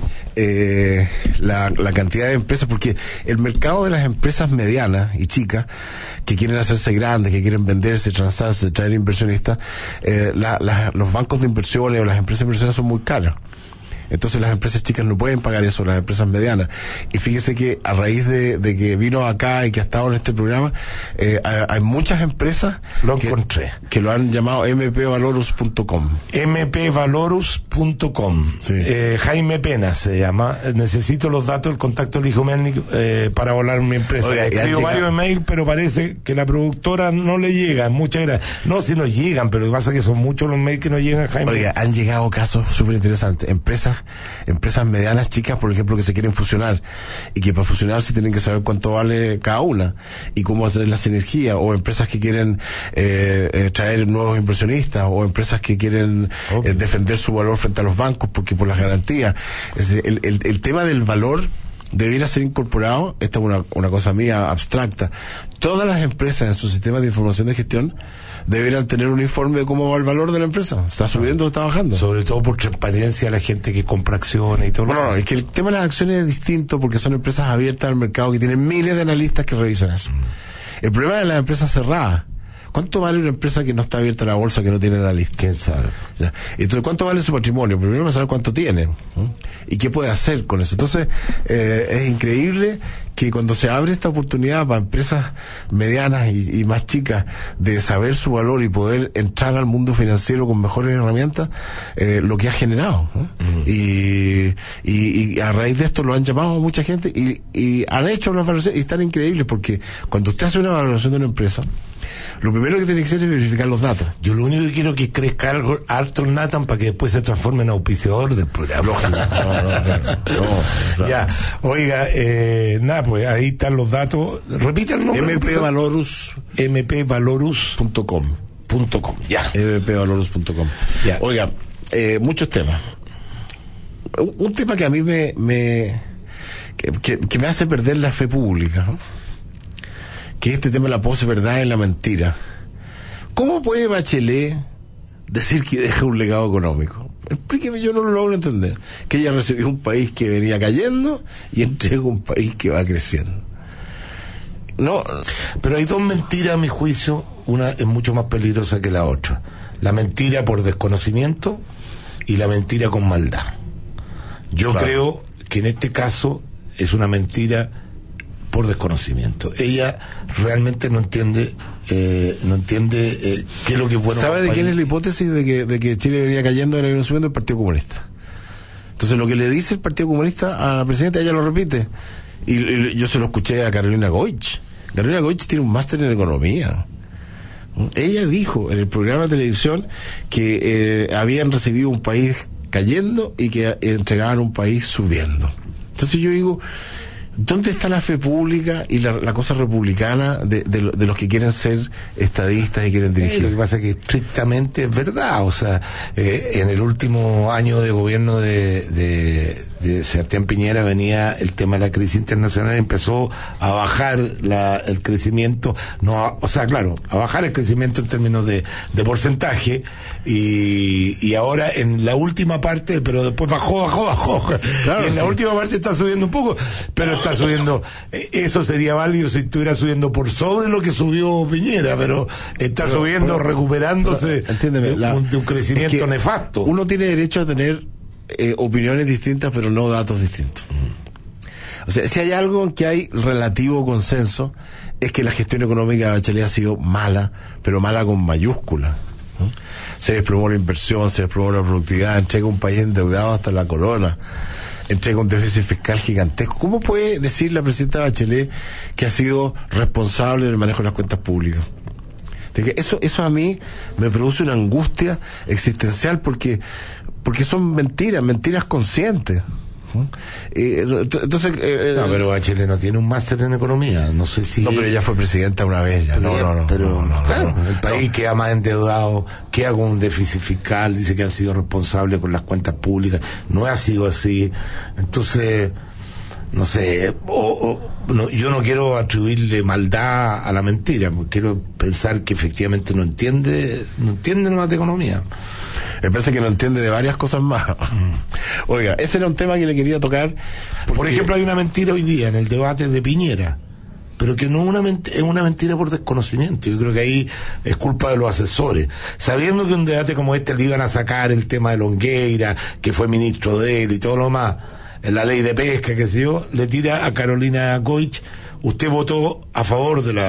la cantidad de empresas, porque el mercado de las empresas medianas y chicas que quieren hacerse grandes, que quieren venderse, transarse, traer inversionistas, los bancos de inversiones o las empresas de inversiones son muy caras. Entonces las empresas chicas no pueden pagar eso, las empresas medianas. Y fíjese que a raíz de que vino acá y que ha estado en este programa, hay muchas empresas que lo han llamado mpvalorus.com. mpvalorus.com. Sí. Jaime Pena se llama. Necesito los datos, el contacto del hijo Melnik para volar mi empresa. Oiga, escribo varios emails, pero parece que la productora no le llega. Muchas gracias. No, si nos llegan, pero lo que pasa es que son muchos los mails que nos llegan, Jaime. Oiga, han llegado casos súper interesantes. Empresas medianas, chicas, por ejemplo, que se quieren fusionar y que para fusionarse tienen que saber cuánto vale cada una y cómo hacer la sinergia, o empresas que quieren traer nuevos inversionistas, o empresas que quieren defender su valor frente a los bancos porque por las garantías. El tema del valor debiera ser incorporado. Esta es una cosa mía abstracta. Todas las empresas en sus sistemas de información de gestión deberían tener un informe de cómo va el valor de la empresa. ¿Está subiendo o está bajando? Sobre todo por transparencia a la gente que compra acciones y todo. No, es que el tema de las acciones es distinto porque son empresas abiertas al mercado que tienen miles de analistas que revisan eso. El problema de las empresas cerradas. ¿Cuánto vale una empresa que no está abierta a la bolsa, que no tiene analista? ¿Quién sabe? ¿Ya? Entonces, ¿cuánto vale su patrimonio? Primero vamos a saber cuánto tiene, ¿no? Y qué puede hacer con eso. Entonces, es increíble que cuando se abre esta oportunidad para empresas medianas y más chicas de saber su valor y poder entrar al mundo financiero con mejores herramientas, lo que ha generado, ¿no? Y a raíz de esto lo han llamado a mucha gente y han hecho una valoración, y están increíbles, porque cuando usted hace una valoración de una empresa, lo primero que tiene que hacer es verificar los datos. Yo lo único que quiero es que crezca algo harto el Nathan para que después se transforme en auspiciador del programa. No. Ya, oiga, nada, pues ahí están los datos. Repita el nombre. mpvalorus.com. Ya. mpvalorus.com. Ya. Oiga, muchos temas. Un tema que a mí me hace perder la fe pública, ¿no? Que es este tema de la posverdad y la mentira. ¿Cómo puede Bachelet decir que deja un legado económico? Explíqueme, yo no lo logro entender. Que ella recibió un país que venía cayendo y entrega un país que va creciendo. No, pero hay dos mentiras a mi juicio. Una es mucho más peligrosa que la otra. La mentira por desconocimiento y la mentira con maldad. Yo creo que en este caso es una mentira por desconocimiento. Ella realmente no entiende qué es lo que es bueno. ¿Sabe de quién es la hipótesis de que Chile venía cayendo y venía subiendo? El Partido Comunista. Entonces lo que le dice el Partido Comunista a la presidenta, ella lo repite. Y yo se lo escuché a Carolina Goich. Carolina Goich tiene un máster en economía. Ella dijo en el programa de televisión que habían recibido un país cayendo y que entregaban un país subiendo. Entonces yo digo, ¿dónde está la fe pública y la cosa republicana de los que quieren ser estadistas y quieren dirigir? Lo que pasa es que estrictamente es verdad. O sea, en el último año de gobierno de Sebastián Piñera venía el tema de la crisis internacional, empezó a bajar el crecimiento, a bajar el crecimiento en términos de porcentaje, y ahora en la última parte, pero después bajó. Claro, y en la última parte está subiendo un poco, pero está subiendo, eso sería válido si estuviera subiendo por sobre lo que subió Piñera, pero está subiendo, recuperándose de un crecimiento nefasto. Uno tiene derecho a tener opiniones distintas, pero no datos distintos. O sea, si hay algo en que hay relativo consenso, es que la gestión económica de Bachelet ha sido mala, pero mala con mayúscula, ¿no? Se desplomó la inversión, se desplomó la productividad, entrega un país endeudado hasta la corona. entrega un déficit fiscal gigantesco. ¿Cómo puede decir la presidenta Bachelet que ha sido responsable del manejo de las cuentas públicas? Eso a mí me produce una angustia existencial porque son mentiras conscientes. Entonces no, pero Bachelet no tiene un máster en economía, no sé si... No, pero ella fue presidenta una vez ya. Pero el país queda más endeudado, queda con un déficit fiscal, dice que han sido responsables con las cuentas públicas, no ha sido así. Entonces, no sé, yo no quiero atribuirle maldad a la mentira, porque quiero pensar que efectivamente no entiende nomás de economía. Me parece que no entiende de varias cosas más. Oiga, ese era un tema que le quería tocar. Por ejemplo, hay una mentira hoy día en el debate de Piñera, pero que no es una mentira por desconocimiento. Yo creo que ahí es culpa de los asesores. Sabiendo que un debate como este le iban a sacar el tema de Longueira, que fue ministro de él y todo lo demás, en la ley de pesca, qué sé yo, le tira a Carolina Goich: usted votó a favor de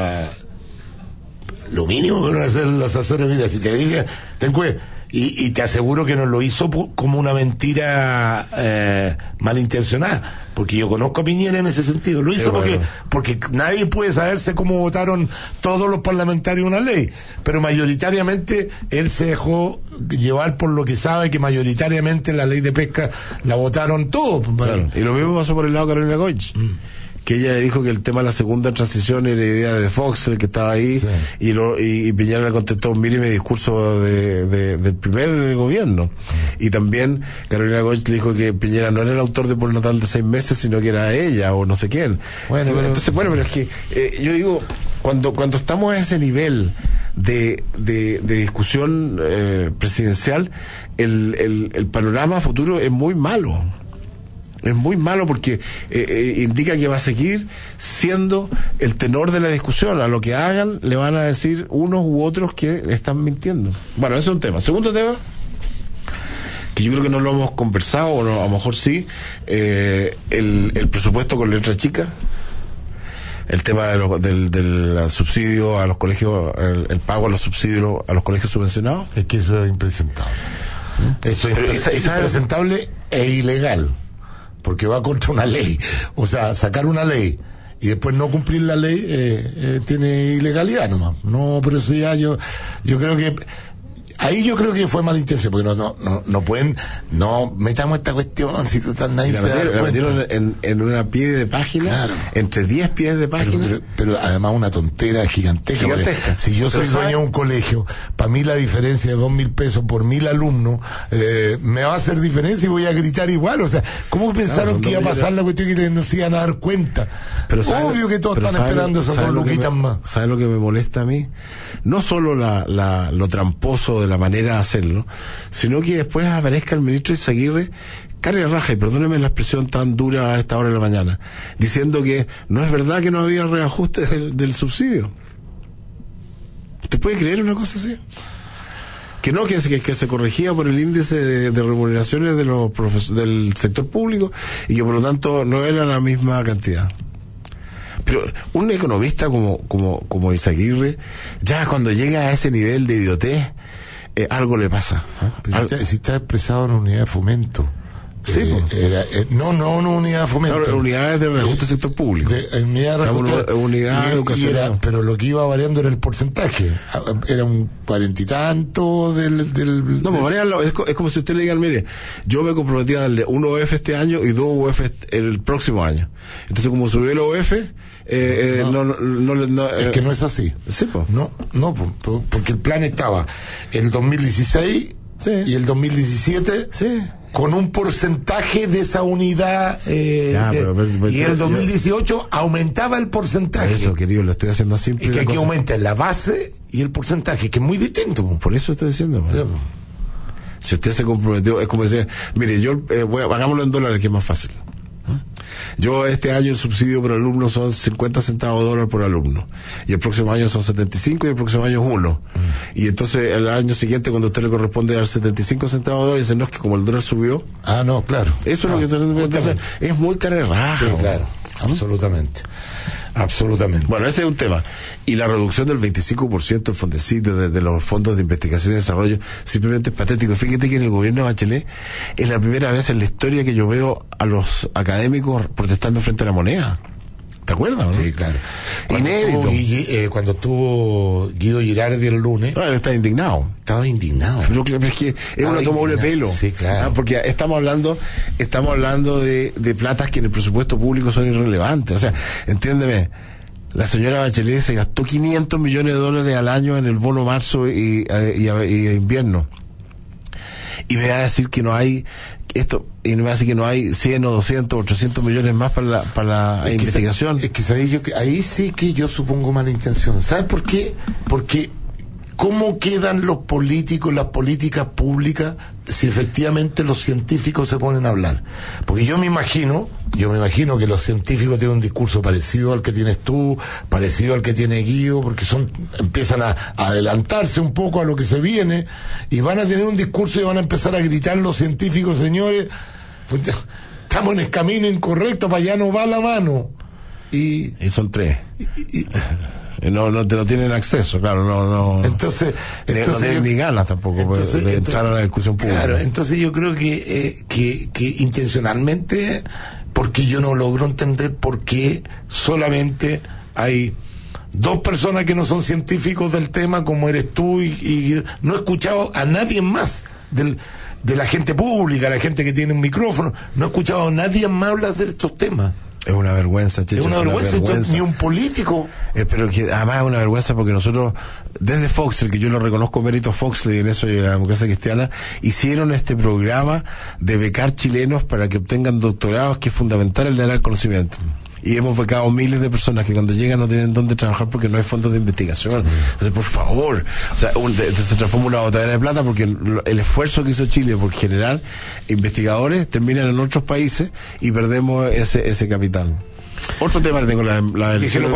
lo mínimo que van a hacer los asesores. Mira, si te dije, ten cuidado. Y te aseguro que no lo hizo como una mentira malintencionada, porque yo conozco a Piñera en ese sentido. Lo hizo porque nadie puede saberse cómo votaron todos los parlamentarios una ley, pero mayoritariamente él se dejó llevar por lo que sabe, que mayoritariamente la ley de pesca la votaron todos. Claro. Y lo mismo pasó por el lado de Carolina Goich, que ella le dijo que el tema de la segunda transición era idea de Fox, el que estaba ahí, sí. y Piñera le contestó: mire mi discurso del primer gobierno. Y también Carolina Goich le dijo que Piñera no era el autor de postnatal de 6 meses, sino que era ella o no sé quién. Pero es que yo digo, cuando estamos a ese nivel de discusión presidencial, el panorama futuro es muy malo. Es muy malo porque indica que va a seguir siendo el tenor de la discusión. A lo que hagan le van a decir unos u otros que están mintiendo. Bueno, ese es un tema. Segundo tema, que yo creo que no lo hemos conversado, o no, a lo mejor sí, el presupuesto con letra chica, el tema del subsidio a los colegios, el pago a los subsidios a los colegios subvencionados. Es que eso es impresentable. Eso es impresentable e ilegal, porque va contra una ley. O sea, sacar una ley y después no cumplir la ley tiene ilegalidad nomás. No, pero eso ya yo creo que ahí yo creo que fue mala intención, porque no pueden, no metamos esta cuestión si tú estás nadie se da cuenta. Metieron en una pie de página, claro, entre 10 pies de página. Pero además una tontera gigantesca. Si yo soy dueño de un colegio, para mí la diferencia de 2.000 pesos por 1.000 alumnos me va a hacer diferencia y voy a gritar igual. O sea, ¿cómo pensaron que iba a pasar la cuestión que no se iban a dar cuenta? Pero obvio que todos están esperando esos 2 luquitas más. ¿Sabes lo que me molesta a mí? No solo lo tramposo de la manera de hacerlo, sino que después aparezca el ministro Izaguirre, cara de raja, y perdóneme la expresión tan dura a esta hora de la mañana, diciendo que no es verdad que no había reajuste del subsidio. ¿Usted puede creer una cosa así? Que no, que se corregía por el índice de remuneraciones de los del sector público y que por lo tanto no era la misma cantidad. Pero un economista como Izaguirre, ya cuando llega a ese nivel de idiotez, algo le pasa. Si está expresado en unidad de fomento. Sí, no una unidad de fomento. Claro, unidades de reajuste del sector público. Unidad de reajuste, unidad educacional. Pero lo que iba variando era el porcentaje. Era un 40 y tanto del no, variarlo. Es como si usted le diga: mire, yo me comprometí a darle 1 UF este año y 2 UF el próximo año. Entonces, como subió el UF, es que no es así. Sí, pues. No, porque el plan estaba el 2016 y el 2017 con un porcentaje de esa unidad y el 2018 aumentaba el porcentaje. Eso, querido, lo estoy haciendo simple. Y que aquí aumenta la base y el porcentaje, que es muy distinto. Por eso estoy diciendo. Si usted se comprometió, es como decir: mire, yo hagámoslo en dólares, que es más fácil. Yo este año el subsidio por alumno son 50 centavos de dólar por alumno, y el próximo año son 75 y el próximo año es 1. Y entonces el año siguiente, cuando a usted le corresponde dar 75 centavos de dólar, dice: no, es que como el dólar subió. No, claro. Eso es lo que entonces, es muy cara de raja. Sí, claro. Absolutamente. Bueno, ese es un tema. Y la reducción del 25% del Fondecito, de los fondos de investigación y desarrollo, simplemente es patético. Fíjate que en el gobierno de Bachelet es la primera vez en la historia que yo veo a los académicos protestando frente a la moneda. ¿Te acuerdas, no? Sí, claro. Inédito. Cuando estuvo Guido Girardi el lunes... Estaba indignado. Estaba indignado. Pero es que es una toma de pelo. Sí, claro. Porque estamos hablando de platas que en el presupuesto público son irrelevantes. O sea, entiéndeme, la señora Bachelet se gastó $500 millones al año en el bono marzo y invierno. Y me va a decir que no hay esto, y me va a decir que no hay 100 o 200 o 300 millones más para la investigación. Es que sabéis yo que ahí sí que yo supongo mala intención. ¿Sabes por qué? Porque ¿cómo quedan los políticos, las políticas públicas, si efectivamente los científicos se ponen a hablar? Porque yo me imagino que los científicos tienen un discurso parecido al que tienes tú, parecido al que tiene Guido, porque empiezan a adelantarse un poco a lo que se viene, y van a tener un discurso y van a empezar a gritar los científicos, señores, pues, estamos en el camino incorrecto, para allá no va la mano. Y son tres. No tienen acceso, claro, no. Entonces no tienen ni ganas tampoco de entrar a la discusión pública. Claro, entonces yo creo que intencionalmente, porque yo no logro entender por qué solamente hay dos personas que no son científicos del tema, como eres tú, y no he escuchado a nadie más de la gente pública, la gente que tiene un micrófono, no he escuchado a nadie más hablar de estos temas. Es una vergüenza, Checho. Es una vergüenza. Ni un político. Pero que además es una vergüenza porque nosotros, desde Fox, que yo lo reconozco mérito Fox en eso y la democracia cristiana, hicieron este programa de becar chilenos para que obtengan doctorados, que es fundamental el dar el conocimiento. Y hemos becado miles de personas que cuando llegan no tienen dónde trabajar porque no hay fondos de investigación. Entonces, por favor, o sea, se transforma una botadera de plata porque el esfuerzo que hizo Chile por generar investigadores terminan en otros países y perdemos ese capital. Otro tema que tengo, la elecciones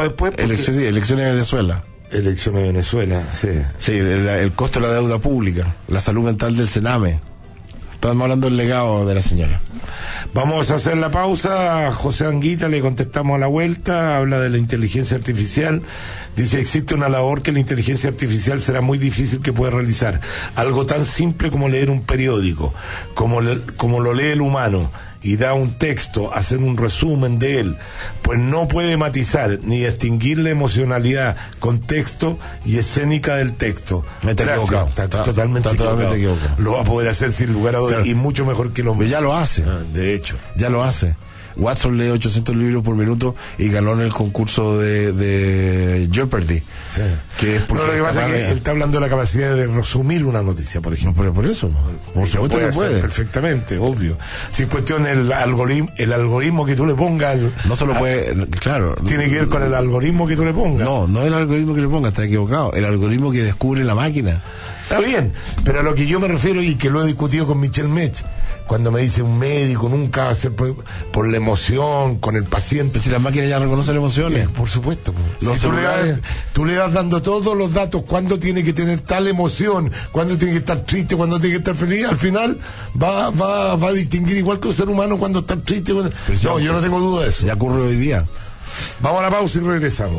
de Venezuela. Elecciones de Venezuela, sí. Sí, el costo de la deuda pública, la salud mental del Sename. Estamos hablando del legado de la señora. Vamos a hacer la pausa. José Anguita, le contestamos a la vuelta. Habla de la inteligencia artificial. Dice, existe una labor que la inteligencia artificial será muy difícil que pueda realizar. Algo tan simple como leer un periódico, como lo lee el humano, y da un texto, hacer un resumen de él, pues no puede matizar ni distinguir la emocionalidad, contexto y escénica del texto. Está equivocado. Está totalmente equivocado. Lo va a poder hacer sin lugar a dudas, claro. Y mucho mejor que el hombre. Ya lo hace. De hecho. Ya lo hace. Watson lee 800 libros por minuto y ganó en el concurso de Jeopardy. Sí. Que es lo que pasa es que él está hablando de la capacidad de resumir una noticia, por ejemplo. Pero por eso, por supuesto que puede. Perfectamente, obvio. Si es cuestión el algoritmo que tú le pongas. No solo puede, claro. Tiene que ver con el algoritmo que tú le pongas. No el algoritmo que le pongas, está equivocado. El algoritmo que descubre la máquina. Está bien, pero a lo que yo me refiero, y que lo he discutido con Michel Mech, cuando me dice un médico nunca va a ser por la emoción, con el paciente. Pero si las máquinas ya reconocen emociones. Sí, por supuesto. Si tú le das dando todos los datos, cuándo tiene que tener tal emoción, cuándo tiene que estar triste, cuándo tiene que estar feliz, al final va a distinguir igual que un ser humano cuando está triste. No, yo no tengo duda de eso. Ya ocurre hoy día. Vamos a la pausa y regresamos.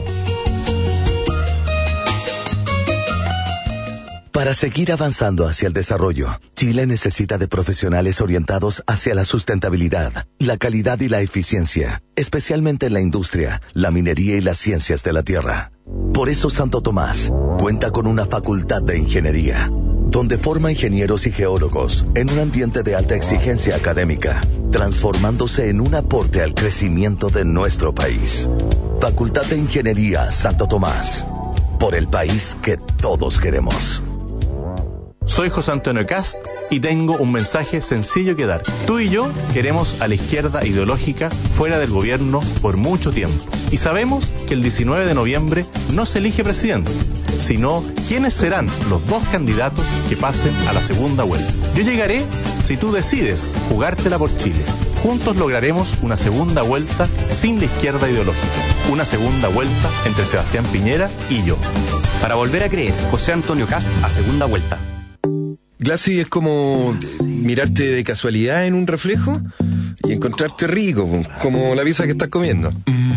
Para seguir avanzando hacia el desarrollo, Chile necesita de profesionales orientados hacia la sustentabilidad, la calidad y la eficiencia, especialmente en la industria, la minería y las ciencias de la tierra. Por eso Santo Tomás cuenta con una facultad de ingeniería, donde forma ingenieros y geólogos en un ambiente de alta exigencia académica, transformándose en un aporte al crecimiento de nuestro país. Facultad de Ingeniería Santo Tomás, por el país que todos queremos. Soy José Antonio Cast y tengo un mensaje sencillo que dar. Tú y yo queremos a la izquierda ideológica fuera del gobierno por mucho tiempo. Y sabemos que el 19 de noviembre no se elige presidente, sino quiénes serán los dos candidatos que pasen a la segunda vuelta. Yo llegaré si tú decides jugártela por Chile. Juntos lograremos una segunda vuelta sin la izquierda ideológica. Una segunda vuelta entre Sebastián Piñera y yo. Para volver a creer, José Antonio Cast a segunda vuelta. Glassy, es como mirarte de casualidad en un reflejo, y encontrarte rico, como la pizza que estás comiendo.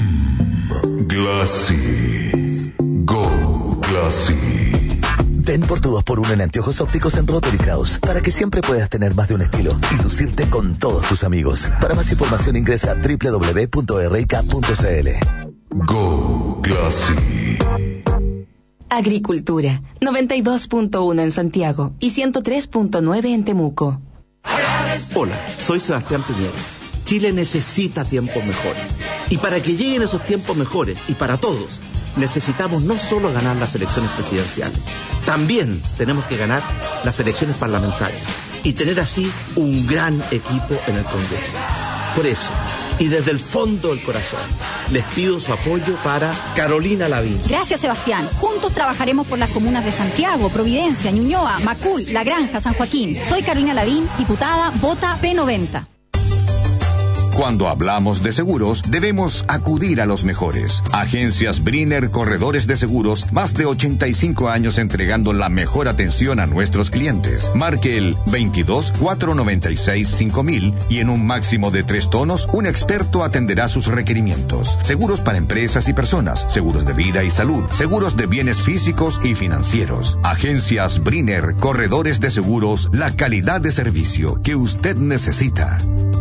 Glassy. Go Glassy. Ven por tu 2x1 en anteojos ópticos en Rotary Kraus para que siempre puedas tener más de un estilo y lucirte con todos tus amigos. Para más información ingresa a www.rk.cl. Go Glassy. Agricultura, 92.1 en Santiago y 103.9 en Temuco. Hola, soy Sebastián Piñera. Chile necesita tiempos mejores. Y para que lleguen esos tiempos mejores, y para todos, necesitamos no solo ganar las elecciones presidenciales, también tenemos que ganar las elecciones parlamentarias y tener así un gran equipo en el Congreso. Por eso, y desde el fondo del corazón, les pido su apoyo para Carolina Lavín. Gracias, Sebastián. Juntos trabajaremos por las comunas de Santiago, Providencia, Ñuñoa, Macul, La Granja, San Joaquín. Soy Carolina Lavín, diputada, vota P90. Cuando hablamos de seguros, debemos acudir a los mejores. Agencias Briner Corredores de Seguros, más de 85 años entregando la mejor atención a nuestros clientes. Marque el 22-496-5000 y en un máximo de 3 tonos, un experto atenderá sus requerimientos. Seguros para empresas y personas, seguros de vida y salud, seguros de bienes físicos y financieros. Agencias Briner Corredores de Seguros, la calidad de servicio que usted necesita.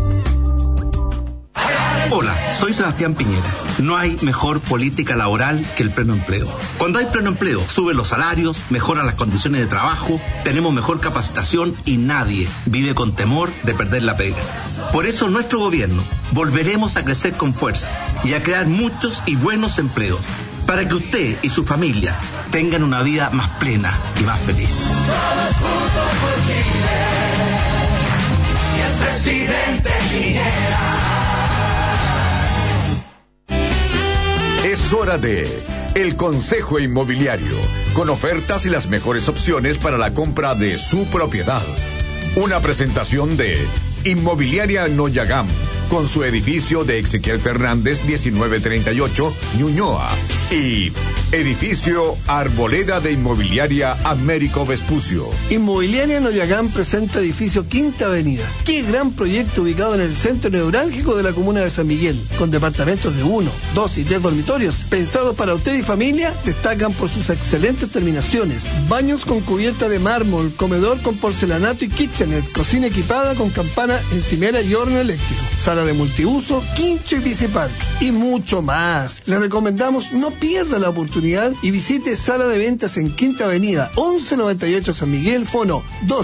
Hola, soy Sebastián Piñera. No hay mejor política laboral que el pleno empleo. Cuando hay pleno empleo, suben los salarios, mejoran las condiciones de trabajo, tenemos mejor capacitación y nadie vive con temor de perder la pega. Por eso nuestro gobierno volveremos a crecer con fuerza y a crear muchos y buenos empleos para que usted y su familia tengan una vida más plena y más feliz. Todos juntos por Chile y el presidente Piñera. Es hora de El Consejo Inmobiliario, con ofertas y las mejores opciones para la compra de su propiedad. Una presentación de Inmobiliaria Noyagam, con su edificio de Ezequiel Fernández 1938, Ñuñoa, y edificio Arboleda de Inmobiliaria Américo Vespucio. Inmobiliaria Noyagam presenta edificio Quinta Avenida. Qué gran proyecto ubicado en el centro neurálgico de la comuna de San Miguel, con departamentos de 1, 2 y 3 dormitorios, pensados para usted y familia. Destacan por sus excelentes terminaciones: baños con cubierta de mármol, comedor con porcelanato y kitchenette, cocina equipada con campana encimera y horno eléctrico, sala de multiuso, quincho y bicipark, y mucho más. Le recomendamos no pierda la oportunidad y visite Sala de Ventas en Quinta Avenida 1198 San Miguel, fono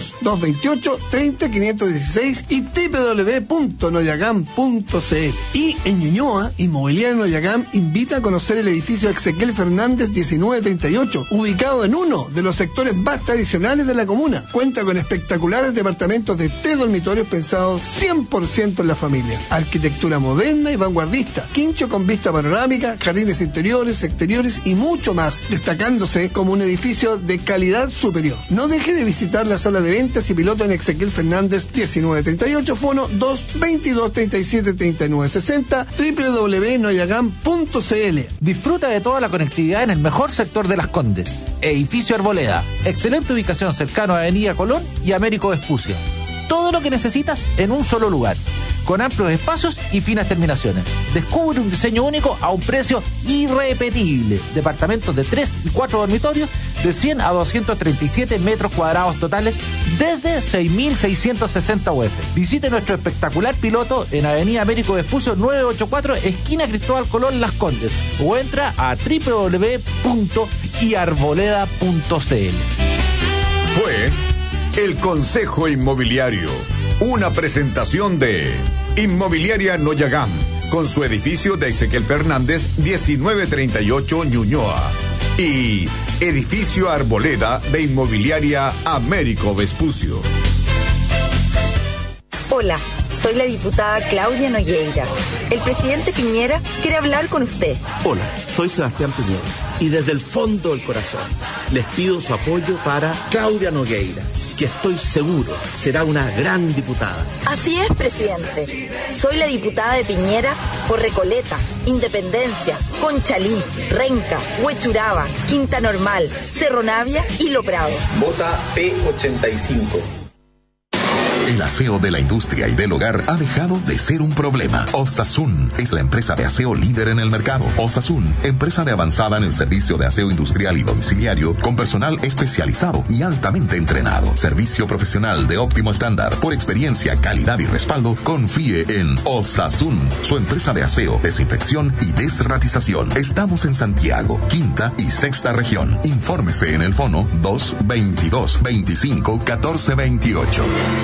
2228-30516 y www.noyagam.cl. Y en Ñuñoa, Inmobiliaria Noyagam invita a conocer el edificio Ezequiel Fernández 1938, ubicado en uno de los sectores más tradicionales de la comuna. Cuenta con espectaculares departamentos de 3 dormitorios pensados 100% en la familia. Arquitectura moderna y vanguardista, quincho con vista panorámica, jardines interiores, exteriores y mucho más, destacándose como un edificio de calidad superior. No deje de visitar la sala de ventas y piloto en Ezequiel Fernández 1938, fono 222-37-3960, www.noyagam.cl. Disfruta de toda la conectividad en el mejor sector de Las Condes. Edificio Arboleda, excelente ubicación cercano a Avenida Colón y Américo Vespucio. Todo lo que necesitas en un solo lugar, con amplios espacios y finas terminaciones. Descubre un diseño único a un precio irrepetible. Departamentos de 3 y 4 dormitorios de 100 a 237 metros cuadrados totales desde 6.660 UF. Visite nuestro espectacular piloto en Avenida Américo Vespucio 984, esquina Cristóbal Colón, Las Condes, o entra a www.iarboleda.cl. Fue El Consejo Inmobiliario, una presentación de Inmobiliaria Noyagam, con su edificio de Ezequiel Fernández 1938 Ñuñoa, y edificio Arboleda de Inmobiliaria Américo Vespucio. Hola, soy la diputada Claudia Nogueira. El presidente Piñera quiere hablar con usted. Hola, soy Sebastián Piñera y desde el fondo del corazón les pido su apoyo para Claudia Nogueira, que estoy seguro será una gran diputada. Así es, presidente. Soy la diputada de Piñera por Recoleta, Independencia, Conchalí, Renca, Huechuraba, Quinta Normal, Cerro Navia y Lo Prado. Vota P85. El aseo de la industria y del hogar ha dejado de ser un problema. Osasun es la empresa de aseo líder en el mercado. Osasun, empresa de avanzada en el servicio de aseo industrial y domiciliario con personal especializado y altamente entrenado. Servicio profesional de óptimo estándar. Por experiencia, calidad y respaldo, confíe en Osasun, su empresa de aseo, desinfección y desratización. Estamos en Santiago, quinta y sexta región. Infórmese en el fono 222-25-1428.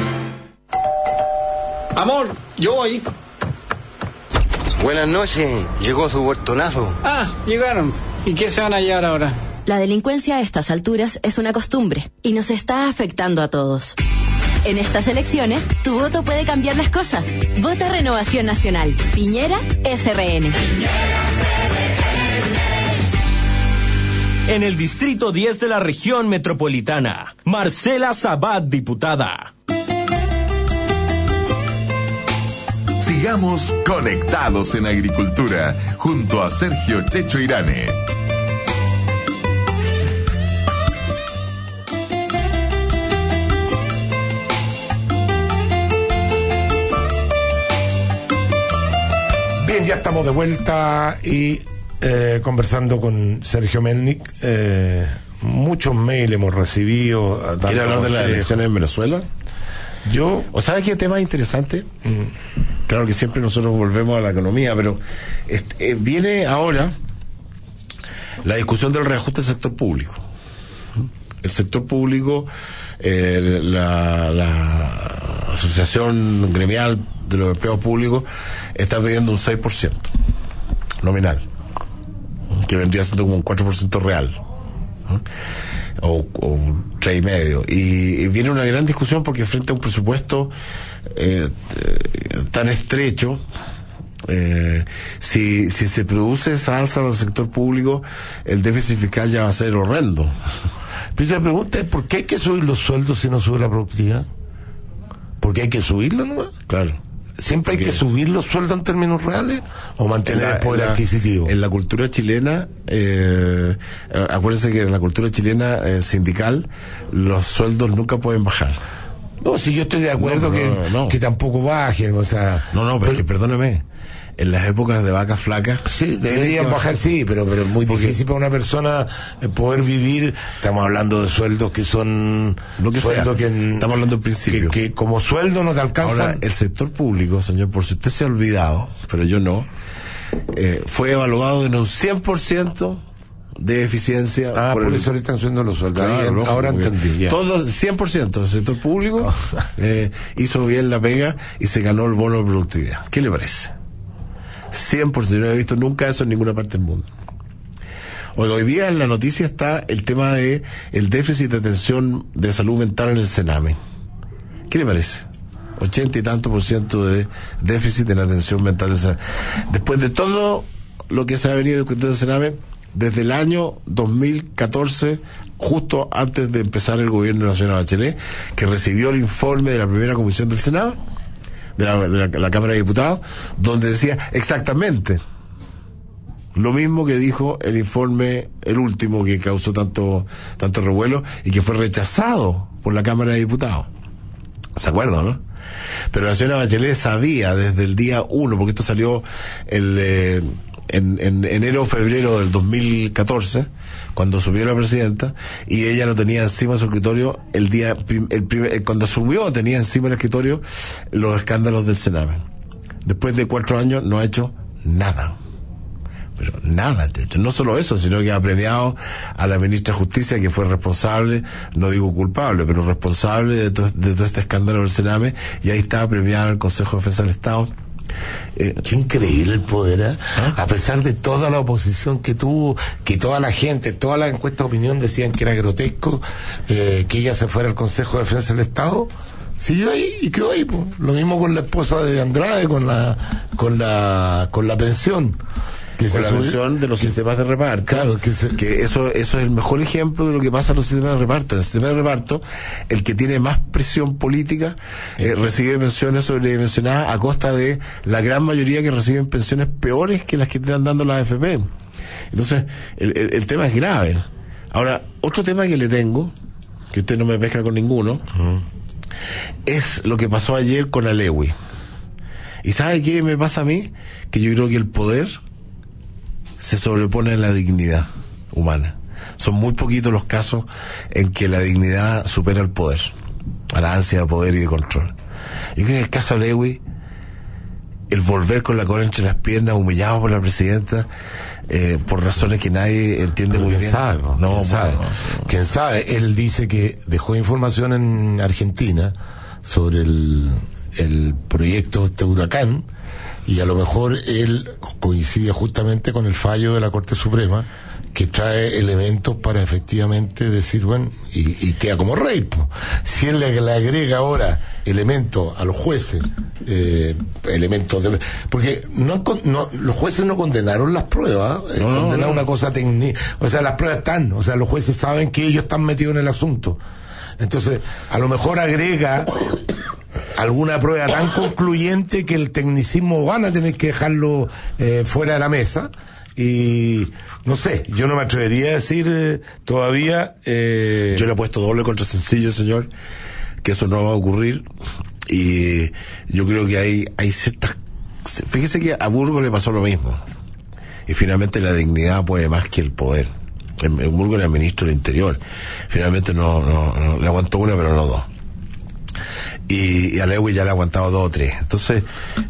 Amor, yo voy. Buenas noches, llegó su huertonazo. Ah, llegaron. ¿Y qué se van a llevar ahora? La delincuencia a estas alturas es una costumbre y nos está afectando a todos. En estas elecciones, tu voto puede cambiar las cosas. Vota Renovación Nacional. Piñera, SRN. En el Distrito 10 de la Región Metropolitana, Marcela Sabat, diputada. Sigamos conectados en agricultura, junto a Sergio Checho Irane. Bien, ya estamos de vuelta y conversando con Sergio Melnik. Muchos mails hemos recibido. ¿Quiere hablar de las elecciones en Venezuela? ¿O sabes qué tema interesante? Claro que siempre nosotros volvemos a la economía, pero viene ahora la discusión del reajuste del sector público. El sector público, la Asociación Gremial de los Empleados Públicos está pidiendo un 6% nominal, que vendría siendo como un 4% real, ¿no? o 3,5%. Y viene una gran discusión porque frente a un presupuesto tan estrecho, si se produce esa alza en el sector público, el déficit fiscal ya va a ser horrendo. Pero la pregunta es, ¿por qué hay que subir los sueldos si no sube la productividad? ¿Porque hay que subirlos, no? Claro. ¿Siempre hay que subir los sueldos en términos reales o mantener el poder adquisitivo? En la cultura chilena, acuérdense que en la cultura chilena sindical, los sueldos nunca pueden bajar. No, si yo estoy de acuerdo que tampoco bajen, o sea... pero es que perdóneme, en las épocas de vacas flacas... Sí, deberían bajar, sí, pero es muy difícil para una persona poder vivir. Estamos hablando de sueldos que son... Lo que sueldos sea. Estamos hablando del principio. Que como sueldo no te alcanzan. Ahora, el sector público, señor, por si usted se ha olvidado, pero yo no, fue evaluado en un 100% de eficiencia. Por eso le están subiendo los sueldos. Claro, ahora entendí. Ya. Todo 100% del sector público hizo bien la pega y se ganó el bono de productividad. ¿Qué le parece? 100%. Yo no he visto nunca eso en ninguna parte del mundo. Oiga, hoy día en la noticia está el tema de el déficit de atención de salud mental en el Sename. ¿Qué le parece? 80 y tanto % de déficit en atención mental del Sename. Después de todo lo que se ha venido discutiendo en el Sename desde el año 2014, justo antes de empezar el gobierno de la señora Bachelet, que recibió el informe de la primera comisión del Senado, de la Cámara de Diputados, donde decía exactamente lo mismo que dijo el informe, el último, que causó tanto revuelo y que fue rechazado por la Cámara de Diputados. ¿Se acuerdan, no? Pero la señora Bachelet sabía desde el día 1, porque esto salió en enero o febrero del 2014, cuando asumió la presidenta, y ella lo tenía encima de su escritorio cuando asumió, tenía encima del escritorio los escándalos del Sename. Después de 4 años no ha hecho nada. Pero nada, de hecho. No solo eso, sino que ha premiado a la ministra de Justicia, que fue responsable, no digo culpable, pero responsable de todo este escándalo del Sename, y ahí estaba premiado el Consejo de Defensa del Estado. Qué increíble el poder, ¿eh? A pesar de toda la oposición que tuvo, que toda la gente, todas las encuestas de opinión decían que era grotesco que ella se fuera al Consejo de Defensa del Estado, siguió ahí y quedó ahí, pues. Lo mismo con la esposa de Andrade, con la pensión. Con la mención de los sistemas de reparto. Claro, que eso es el mejor ejemplo de lo que pasa en los sistemas de reparto. En el sistema de reparto, el que tiene más presión política recibe pensiones sobredimensionadas a costa de la gran mayoría que reciben pensiones peores que las que te están dando las AFP. Entonces, el tema es grave. Ahora, otro tema que le tengo, que usted no me pesca con ninguno, es lo que pasó ayer con Alewi. ¿Y sabe qué me pasa a mí? Que yo creo que el poder se sobrepone a la dignidad humana. Son muy poquitos los casos en que la dignidad supera el poder, a la ansia de poder y de control. Yo creo que en el caso de Alewi, el volver con la cola entre las piernas, humillado por la presidenta, por razones que nadie entiende muy bien. ¿Quién sabe? Él dice que dejó información en Argentina sobre el proyecto de este huracán, y a lo mejor él coincide justamente con el fallo de la Corte Suprema, que trae elementos para efectivamente decir, bueno, y queda como rey, pues. Si él le agrega ahora elementos a los jueces, elementos de... Porque los jueces no condenaron las pruebas, condenaron una cosa técnica. O sea, las pruebas están, o sea, los jueces saben que ellos están metidos en el asunto. Entonces, a lo mejor agrega alguna prueba tan concluyente que el tecnicismo van a tener que dejarlo fuera de la mesa. Y no sé, yo no me atrevería a decir todavía. Yo le he puesto doble contra sencillo, señor, que eso no va a ocurrir. Y yo creo que hay ciertas... Fíjese que a Burgos le pasó lo mismo, y finalmente la dignidad puede más que el poder. En Burgos era ministro del Interior, finalmente no le aguantó una, pero no dos. Y a Alewi ya le ha aguantado 2 o 3. Entonces,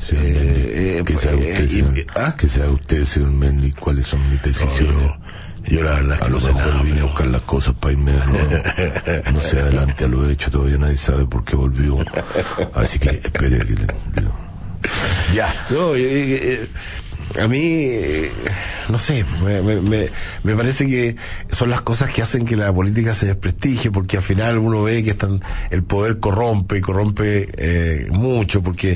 que sea usted, señor Mendy, cuáles son mis decisiones. Yo la verdad es que a lo mejor vine a buscar las cosas para irme de nuevo. No sé, adelante a lo hecho, todavía nadie sabe por qué volvió. Así que espere que ya. No, a mí, no sé, me parece que son las cosas que hacen que la política se desprestigie, porque al final uno ve que el poder corrompe mucho, porque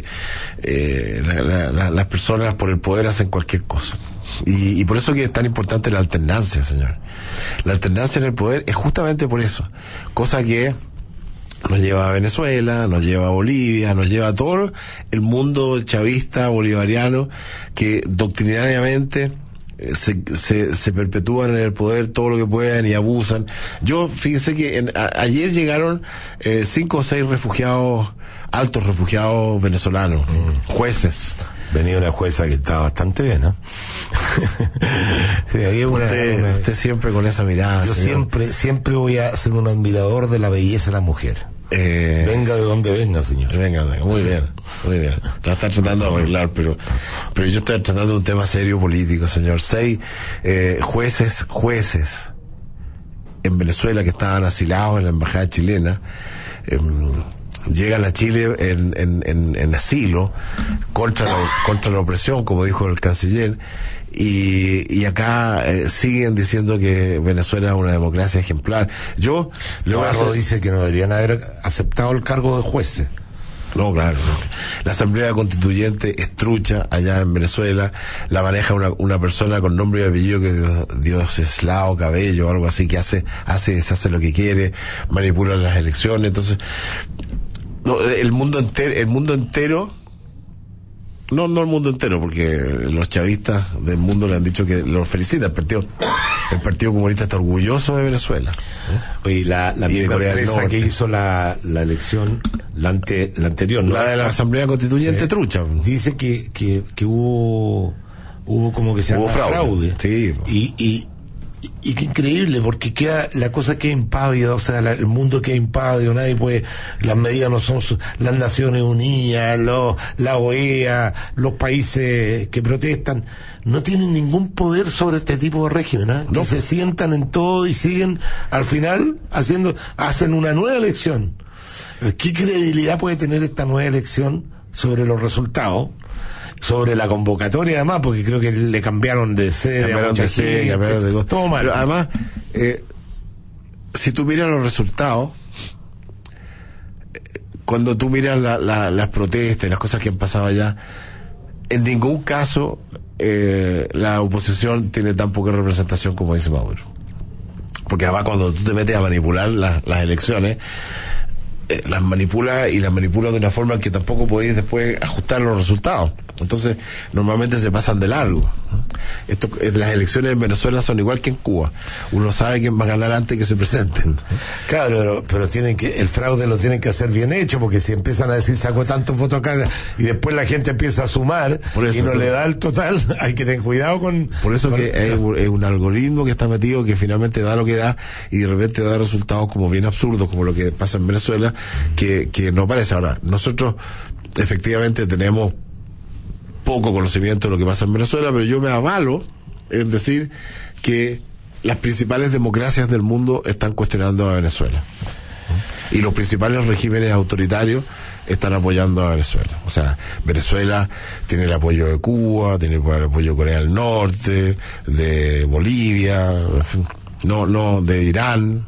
las personas por el poder hacen cualquier cosa. Y por eso que es tan importante la alternancia, señor. La alternancia en el poder es justamente por eso, cosa que nos lleva a Venezuela, nos lleva a Bolivia, nos lleva a todo el mundo chavista, bolivariano, que doctrinariamente se perpetúan en el poder todo lo que puedan y abusan. Yo, fíjese que ayer llegaron 5 o 6 altos refugiados venezolanos, jueces. Venía una jueza que estaba bastante bien, ¿no? Sí, usted siempre con esa mirada. Yo siempre voy a ser un admirador de la belleza de la mujer. Venga de donde venga, señor. Venga, muy bien. La está tratando de arreglar, pero yo estoy tratando de un tema serio político, señor. 6 jueces en Venezuela que estaban asilados en la embajada chilena, llegan a Chile en asilo contra la opresión, como dijo el canciller, y acá siguen diciendo que Venezuela es una democracia ejemplar. Navarro dice que no deberían haber aceptado el cargo de jueces. No, claro. La Asamblea Constituyente es trucha allá en Venezuela, la maneja una persona con nombre y apellido que Dioslao Cabello o algo así, que se hace lo que quiere, manipula las elecciones. Entonces, el mundo entero, no el mundo entero, porque los chavistas del mundo le han dicho que los felicita. El Partido Comunista está orgulloso de Venezuela. Oye, la misma empresa que hizo la elección, la anterior, ¿no? La de la Asamblea Constituyente trucha. Dice que hubo como que se llama fraude. Sí. Y qué increíble, porque la cosa queda impávida, o sea, el mundo queda impávido, nadie puede, las medidas no son las Naciones Unidas, la OEA, los países que protestan, no tienen ningún poder sobre este tipo de régimen, ¿eh? No. Se sientan en todo y siguen, al final, hacen una nueva elección. ¿Qué credibilidad puede tener esta nueva elección sobre los resultados? Sobre la convocatoria, además, porque creo que le cambiaron de sede, cambiaron de cosas. Todo mal. Pero además, si tú miras los resultados, cuando tú miras las protestas y las cosas que han pasado allá, en ningún caso la oposición tiene tan poca representación como dice Maduro. Porque además, cuando tú te metes a manipular las elecciones, las manipula de una forma que tampoco podéis después ajustar los resultados. Entonces, normalmente se pasan de largo. Las elecciones en Venezuela son igual que en Cuba. Uno sabe quién va a ganar antes que se presenten. Claro, pero el fraude lo tienen que hacer bien hecho, porque si empiezan a decir sacó tantos votos acá y después la gente empieza a sumar y no le da el total, hay que tener cuidado con... Por eso que es un algoritmo que está metido, que finalmente da lo que da y de repente da resultados como bien absurdos, como lo que pasa en Venezuela, que no parece. Ahora, nosotros efectivamente tenemos poco conocimiento de lo que pasa en Venezuela, pero yo me avalo en decir que las principales democracias del mundo están cuestionando a Venezuela y los principales regímenes autoritarios están apoyando a Venezuela. O sea, Venezuela tiene el apoyo de Cuba, tiene el apoyo de Corea del Norte, de Bolivia, en fin, no de Irán.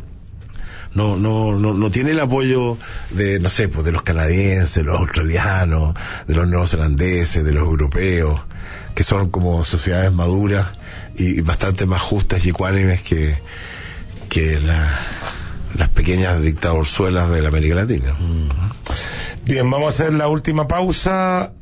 No tiene el apoyo de, no sé, pues de los canadienses, los australianos, de los neozelandeses, de los europeos, que son como sociedades maduras y bastante más justas y ecuánimes que las pequeñas dictadorzuelas de la América Latina. Bien, vamos a hacer la última pausa.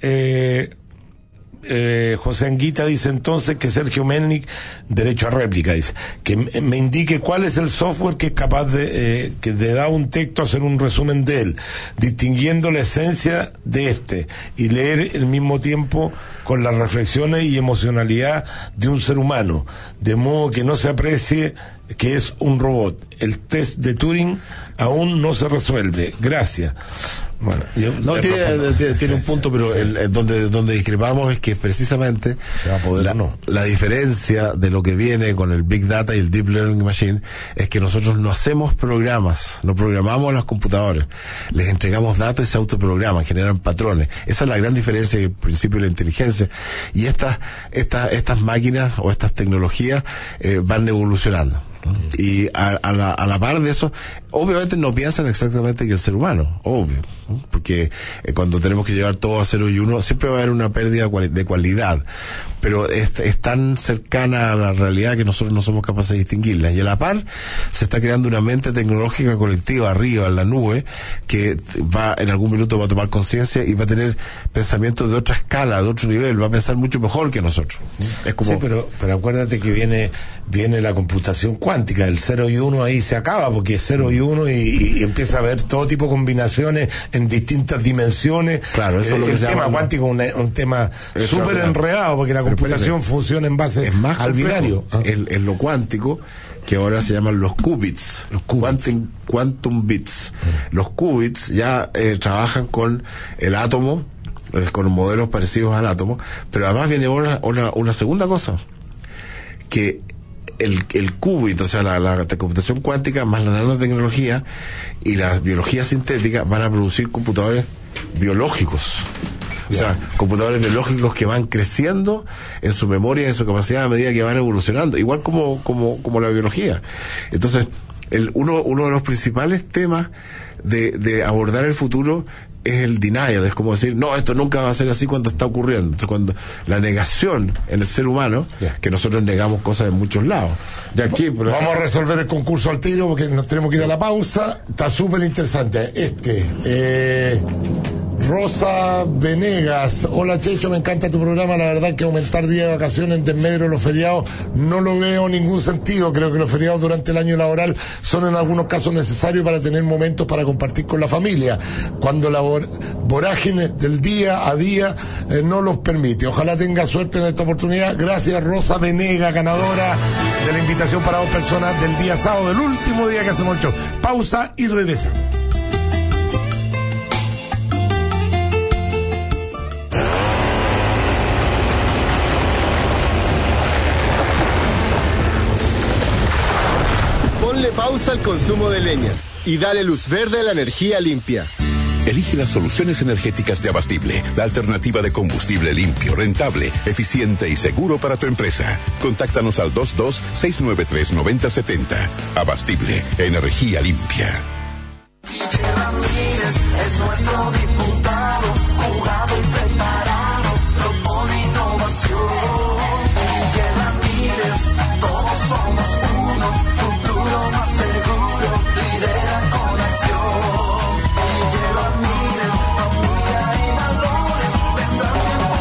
José Anguita dice entonces que Sergio Melnik, derecho a réplica, dice que me indique cuál es el software que es capaz de dar un texto, hacer un resumen de él, distinguiendo la esencia de y leer al mismo tiempo con las reflexiones y emocionalidad de un ser humano, de modo que no se aprecie que es un robot. El test de Turing aún no se resuelve. Gracias. Bueno, tiene un punto, pero donde discrepamos es que precisamente se va a poder la diferencia de lo que viene con el Big Data y el Deep Learning Machine es que nosotros no hacemos programas, no programamos a los computadores, les entregamos datos y se autoprograman, generan patrones. Esa es la gran diferencia del principio de la inteligencia. Y estas máquinas o estas tecnologías van evolucionando. Y a la par de eso, obviamente no piensan exactamente que el ser humano, obvio, ¿no? Porque cuando tenemos que llevar todo a 0 y 1 siempre va a haber una pérdida de cualidad, pero es tan cercana a la realidad que nosotros no somos capaces de distinguirla. Y a la par se está creando una mente tecnológica colectiva arriba en la nube que en algún minuto va a tomar conciencia y va a tener pensamientos de otra escala, de otro nivel, va a pensar mucho mejor que nosotros. Es como... Sí, pero acuérdate que viene la computación cuántica, el 0 y 1 ahí se acaba, porque es 0 y 1 y empieza a haber todo tipo de combinaciones en distintas dimensiones. Claro, eso es lo que el tema cuántico es un tema súper enredado, porque la computación funciona en base al binario. En lo cuántico, que ahora se llaman los qubits, quantum bits. Los qubits ya trabajan con el átomo, con modelos parecidos al átomo, pero además viene una segunda cosa, que el qubit, o sea, la computación cuántica más la nanotecnología y la biología sintética van a producir computadores biológicos. O sea, computadores biológicos que van creciendo en su memoria y en su capacidad a medida que van evolucionando, igual como la biología. Entonces, uno de los principales temas de abordar el futuro es el denial, es como decir, no, esto nunca va a ser así cuando está ocurriendo. Entonces, cuando la negación en el ser humano, que nosotros negamos cosas en muchos lados. Vamos a resolver el concurso al tiro porque nos tenemos que ir a la pausa. Está súper interesante. Rosa Venegas, hola Checho, me encanta tu programa, la verdad que aumentar días de vacaciones en medio de los feriados no lo veo ningún sentido. Creo que los feriados durante el año laboral son en algunos casos necesarios para tener momentos para compartir con la familia, cuando la vorágine del día a día no los permite. Ojalá tenga suerte en esta oportunidad. Gracias Rosa Venegas, ganadora de la invitación para 2 personas del día sábado, del último día que hacemos el show. Pausa y regresamos. Pausa al consumo de leña y dale luz verde a la energía limpia. Elige las soluciones energéticas de Abastible, la alternativa de combustible limpio, rentable, eficiente y seguro para tu empresa. Contáctanos al 22-693-9070. Abastible, energía limpia. Ramírez es nuestro diputado, jugado y preparado, propone innovación. Ramírez, todos somos uno, futuro más seguro, lidera con acción. Ramírez, familia y valores, vendrán tiempos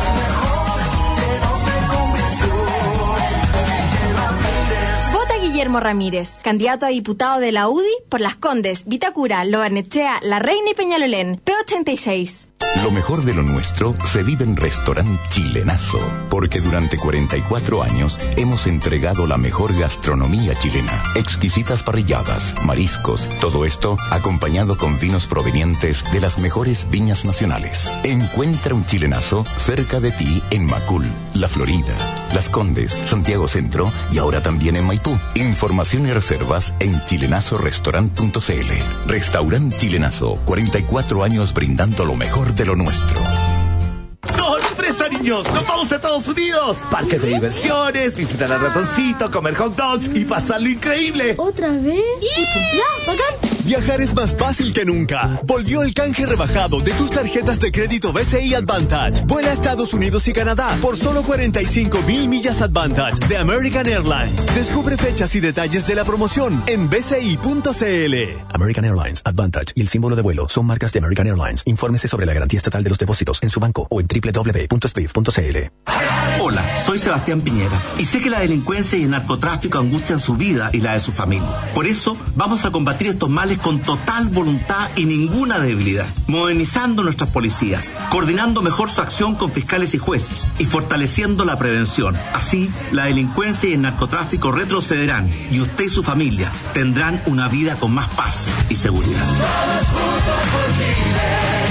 Guillermo Ramírez, candidato a diputado de la UDI por Las Condes, Vitacura, Lo Barnechea, La Reina y Peñalolén, P86. Lo mejor de lo nuestro se vive en Restaurant Chilenazo, porque durante 44 años hemos entregado la mejor gastronomía chilena. Exquisitas parrilladas, mariscos, todo esto acompañado con vinos provenientes de las mejores viñas nacionales. Encuentra un chilenazo cerca de ti en Macul, La Florida, Las Condes, Santiago Centro y ahora también en Maipú. Información y reservas en chilenazorestaurant.cl. Restaurant Chilenazo, 44 años brindando lo mejor de lo nuestro. ¡Sorpresa, niños! ¡Nos vamos a Estados Unidos! Parques de diversiones, visitar al ratoncito, comer hot dogs y pasarlo increíble. ¿Otra vez? ¡Ya, bacán! Viajar es más fácil que nunca. Volvió el canje rebajado de tus tarjetas de crédito BCI Advantage. Vuela a Estados Unidos y Canadá por solo 45,000 millas Advantage de American Airlines. Descubre fechas y detalles de la promoción en bci.cl. American Airlines, Advantage y el símbolo de vuelo son marcas de American Airlines. Infórmese sobre la garantía estatal de los depósitos en su banco o en www.swift.cl. Hola, soy Sebastián Piñera y sé que la delincuencia y el narcotráfico angustian su vida y la de su familia. Por eso vamos a combatir estos males con total voluntad y ninguna debilidad, modernizando nuestras policías, coordinando mejor su acción con fiscales y jueces y fortaleciendo la prevención. Así, la delincuencia y el narcotráfico retrocederán y usted y su familia tendrán una vida con más paz y seguridad. Todos juntos por Chile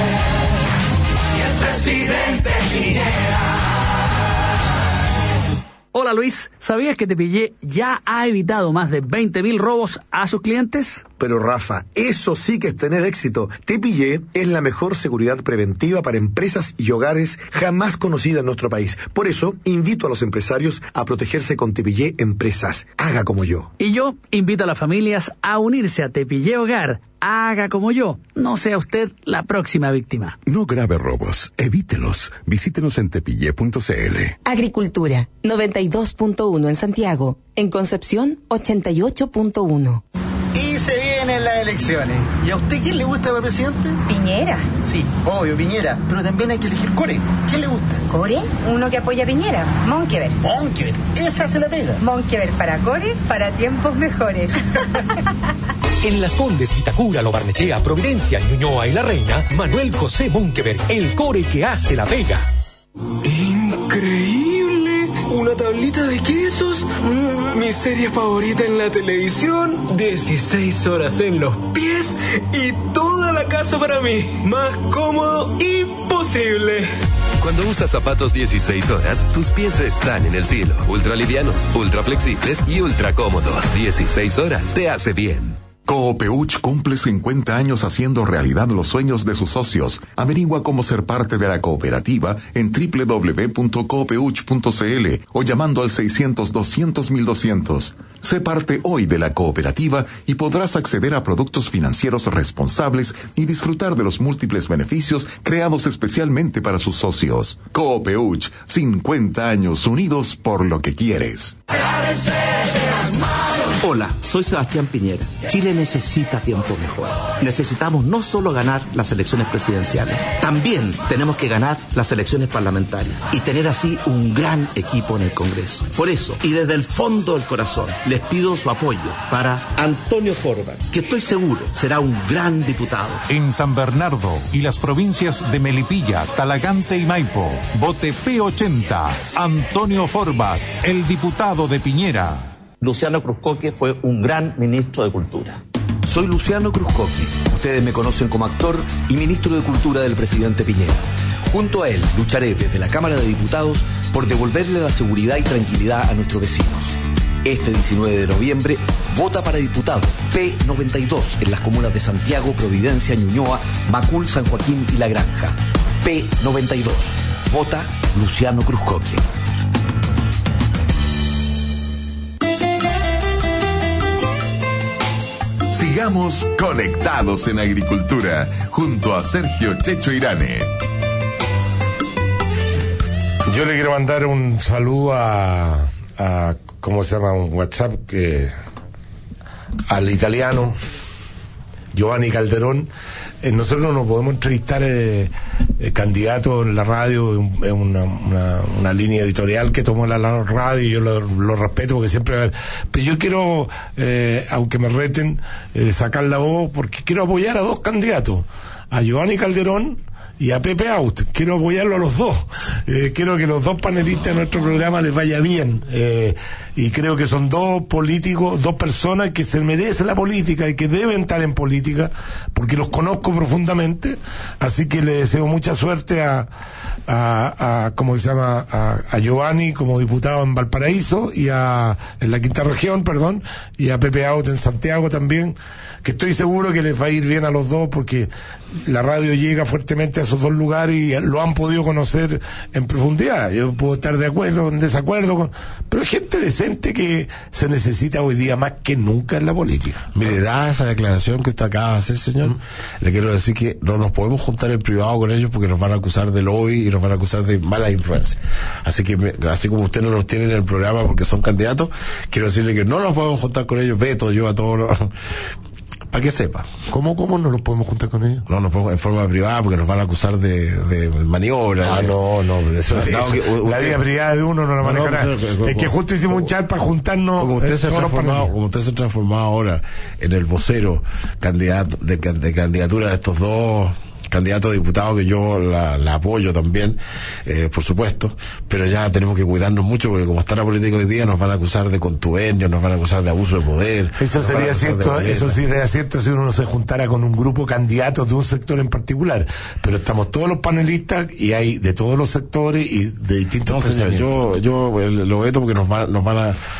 y el presidente Piñera. Hola Luis, ¿sabías que Tepillé ya ha evitado más de 20.000 robos a sus clientes? Pero Rafa, eso sí que es tener éxito. Tepillé es la mejor seguridad preventiva para empresas y hogares jamás conocida en nuestro país. Por eso, invito a los empresarios a protegerse con Tepillé Empresas. Haga como yo. Y yo invito a las familias a unirse a Tepillé Hogar. Haga como yo. No sea usted la próxima víctima. No grave robos. Evítelos. Visítenos en tepillé.cl. Agricultura, 92.1 en Santiago. En Concepción, 88.1. Y se vienen las elecciones. ¿Y a usted quién le gusta para presidente? Piñera. Sí, obvio, Piñera. Pero también hay que elegir Core. ¿Quién le gusta? ¿Core? Uno que apoya a Piñera. Monkever. Monkever. Esa se la pega. Monkever para Core, para tiempos mejores. En Las Condes, Vitacura, Lo Barnechea, Providencia, Ñuñoa y La Reina, Manuel José Monkever, el core que hace la pega. ¡Increíble! Una tablita de quesos, mi serie favorita en la televisión, 16 horas en los pies y toda la casa para mí. Más cómodo imposible. Cuando usas zapatos 16 horas, tus pies están en el cielo. Ultra livianos, ultra flexibles y ultra cómodos. 16 horas te hace bien. Coopeuch cumple 50 años haciendo realidad los sueños de sus socios. Averigua cómo ser parte de la cooperativa en www.coopeuch.cl o llamando al 600-200-1200. Sé parte hoy de la cooperativa y podrás acceder a productos financieros responsables y disfrutar de los múltiples beneficios creados especialmente para sus socios. Coopeuch, 50 años unidos por lo que quieres. Hola, soy Sebastián Piñera. Chile necesita tiempos mejores. Necesitamos no solo ganar las elecciones presidenciales, también tenemos que ganar las elecciones parlamentarias y tener así un gran equipo en el Congreso. Por eso, y desde el fondo del corazón, les pido su apoyo para Antonio Forbat, que estoy seguro será un gran diputado. En San Bernardo y las provincias de Melipilla, Talagante y Maipo, vote P80, Antonio Forbat, el diputado de Piñera. Luciano Cruzcoque fue un gran ministro de Cultura. Soy Luciano Cruzcoque. Ustedes me conocen como actor y ministro de Cultura del presidente Piñera. Junto a él lucharé desde la Cámara de Diputados por devolverle la seguridad y tranquilidad a nuestros vecinos. Este 19 de noviembre, vota para diputado P92 en las comunas de Santiago, Providencia, Ñuñoa, Macul, San Joaquín y La Granja. P92. Vota Luciano Cruzcoque. Sigamos conectados en agricultura junto a Sergio Checho Irane. Yo le quiero mandar un saludo a ¿cómo se llama? Un WhatsApp al italiano Giovanni Calderón. Nosotros no podemos entrevistar candidatos en la radio, es una línea editorial que tomó la radio, y yo lo respeto porque siempre... Pero yo quiero, aunque me reten, sacar la voz, porque quiero apoyar a dos candidatos, a Giovanni Calderón y a Pepe Out. Quiero apoyarlo a los dos. Quiero que los dos panelistas de nuestro programa les vaya bien. Y creo que son dos políticos, dos personas que se merecen la política y que deben estar en política, porque los conozco profundamente. Así que le deseo mucha suerte a ¿cómo se llama? A Giovanni como diputado en Valparaíso y en la quinta región, perdón, y a Pepe Out en Santiago también, que estoy seguro que les va a ir bien a los dos, porque la radio llega fuertemente a esos dos lugares y lo han podido conocer en profundidad. Yo puedo estar de acuerdo o en desacuerdo pero hay gente decente que se necesita hoy día más que nunca en la política. Mire, dada esa declaración que usted acaba de hacer, señor, le quiero decir que no nos podemos juntar en privado con ellos, porque nos van a acusar de lobby y nos van a acusar de mala influencia. Así que, así como usted no los tiene en el programa porque son candidatos, quiero decirle que no nos podemos juntar con ellos. Veto yo a todos los... Para que sepa. ¿Cómo no nos podemos juntar con ellos? No nos podemos en forma privada, porque nos van a acusar de maniobra. No, eso la vida privada de uno no la manejará. Es que justo hicimos un chat para juntarnos. Como usted se ha transformado ahora en el vocero de candidatura de estos dos candidato a diputado, que yo la apoyo también, por supuesto, pero ya tenemos que cuidarnos mucho, porque como está la política hoy día, nos van a acusar de contubernio, nos van a acusar de abuso de poder. Eso sería cierto, eso sería cierto si uno no se juntara con un grupo de candidatos de un sector en particular, pero estamos todos los panelistas y hay de todos los sectores y de distintos pensamientos. Yo lo veto porque nos van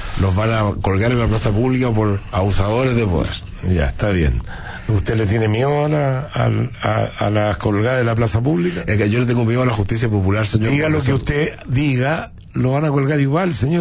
a colgar en la plaza pública por abusadores de poder. Ya, está bien. ¿Usted le tiene miedo a las colgadas de la plaza pública? Es que yo le tengo miedo a la justicia popular, señor. Diga lo que usted diga, lo van a colgar igual, señor.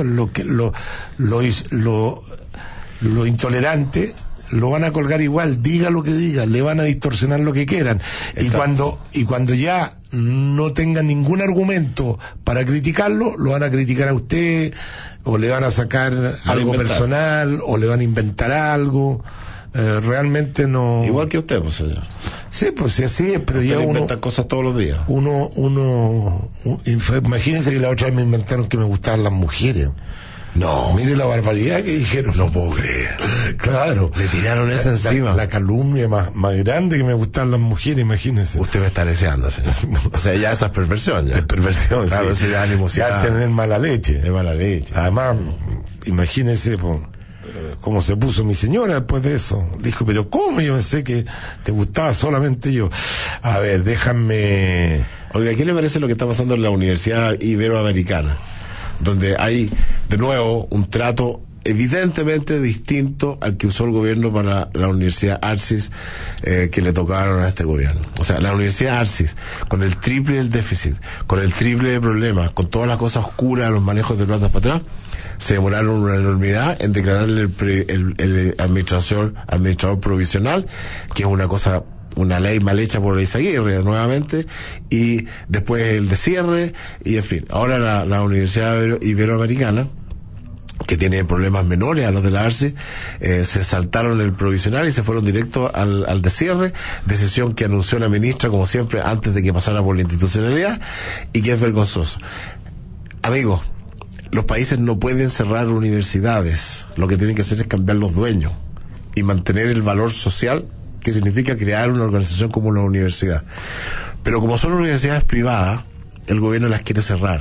Lo intolerante lo van a colgar igual, diga lo que diga, le van a distorsionar lo que quieran. Y cuando ya no tengan ningún argumento para criticarlo, lo van a criticar a usted, o le van a sacar algo personal, o le van a inventar algo. Realmente no. Igual que usted, pues, señor. Sí, pues sí, así es, pero ya uno inventa cosas todos los días. Imagínense que la otra vez me inventaron que me gustaban las mujeres. No, mire la barbaridad que dijeron. No puedo creer. Claro. Le tiraron eso encima. La calumnia más grande, que me gustaban las mujeres, imagínense. Usted me está deseando, señor. O sea, ya esa es perversión, ya. Es perversión, claro, sí. Eso ya es animosidad. Ya tener mala leche. Es mala leche. Además, imagínense, cómo se puso mi señora después de eso. Dijo, pero ¿cómo? Yo pensé que te gustaba solamente yo. A ver, déjame... Oiga, ¿qué le parece lo que está pasando en la Universidad Iberoamericana? Donde hay, de nuevo, un trato evidentemente distinto al que usó el gobierno para la Universidad Arcis, que le tocaron a este gobierno. O sea, la Universidad Arcis, con el triple del déficit, con el triple de problemas, con todas las cosas oscuras, los manejos de plata para atrás, se demoraron una enormidad en declararle el administrador provisional, que es una ley mal hecha por Eizaguirre nuevamente, y después el descierre, y en fin. Ahora la Universidad Iberoamericana, que tiene problemas menores a los de la ARCI, se saltaron el provisional y se fueron directo al descierre, decisión que anunció la ministra, como siempre, antes de que pasara por la institucionalidad, y que es vergonzoso. Amigos, los países no pueden cerrar universidades, lo que tienen que hacer es cambiar los dueños y mantener el valor social, que significa crear una organización como una universidad. Pero como son universidades privadas, el gobierno las quiere cerrar.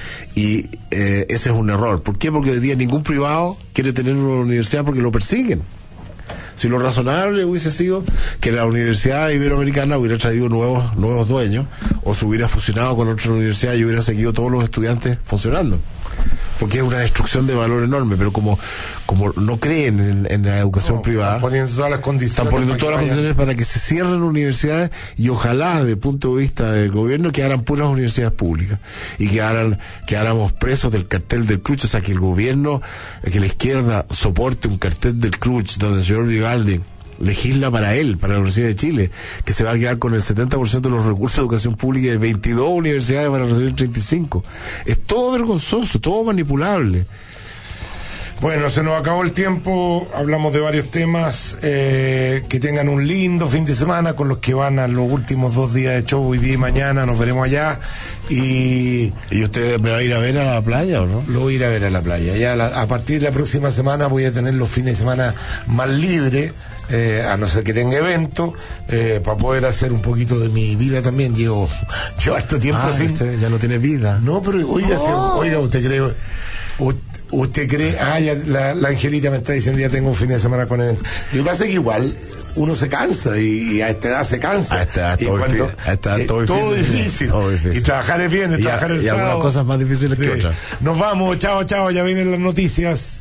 Y ese es un error. ¿Por qué? Porque hoy día ningún privado quiere tener una universidad porque lo persiguen. Si lo razonable hubiese sido que la Universidad Iberoamericana hubiera traído nuevos dueños, o se hubiera fusionado con otra universidad y hubiera seguido todos los estudiantes funcionando. Porque es una destrucción de valor enorme, pero como no creen en la educación privada, están poniendo todas las condiciones para que se cierren universidades, y ojalá, desde el punto de vista del gobierno, quedaran puras universidades públicas y quedáramos presos del cartel del Cruch. O sea, que el gobierno, que la izquierda soporte un cartel del Cruch donde el señor Vivaldi legisla para él, para la Universidad de Chile, que se va a quedar con el 70% de los recursos de educación pública, y 22 universidades van a recibir 35. Es todo vergonzoso, todo manipulable. Bueno, se nos acabó el tiempo, hablamos de varios temas, que tengan un lindo fin de semana con los que van a los últimos 2 días de show, hoy día y mañana, nos veremos allá. ¿Y usted me va a ir a ver a la playa o no? Lo voy a ir a ver a la playa, ya a partir de la próxima semana voy a tener los fines de semana más libres, a no ser que tenga evento, para poder hacer un poquito de mi vida también. Llevo harto tiempo sin... Ya no tiene vida. No, pero oiga, ¿usted cree? Ya la Angelita me está diciendo ya tengo un fin de semana con eventos. Lo que pasa es que igual uno se cansa y a esta edad se cansa. A esta edad todo difícil. Y trabajar es bien, trabajar el sábado. Y algunas cosas más difíciles que otras. Nos vamos, chao, ya vienen las noticias.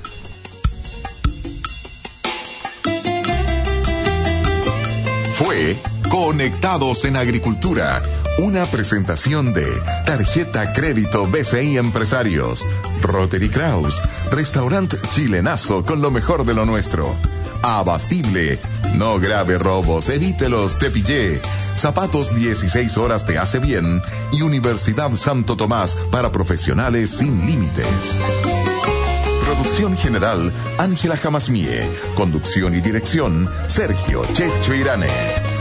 Fue Conectados en Agricultura, una presentación de Tarjeta Crédito BCI Empresarios, Rotary Kraus, Restaurante Chilenazo con lo mejor de lo nuestro, Abastible, no grave robos, evítelos, te pillé, Zapatos 16 horas te hace bien y Universidad Santo Tomás para profesionales sin límites. Producción general, Ángela Jamasmie. Conducción y dirección, Sergio Checho Irane.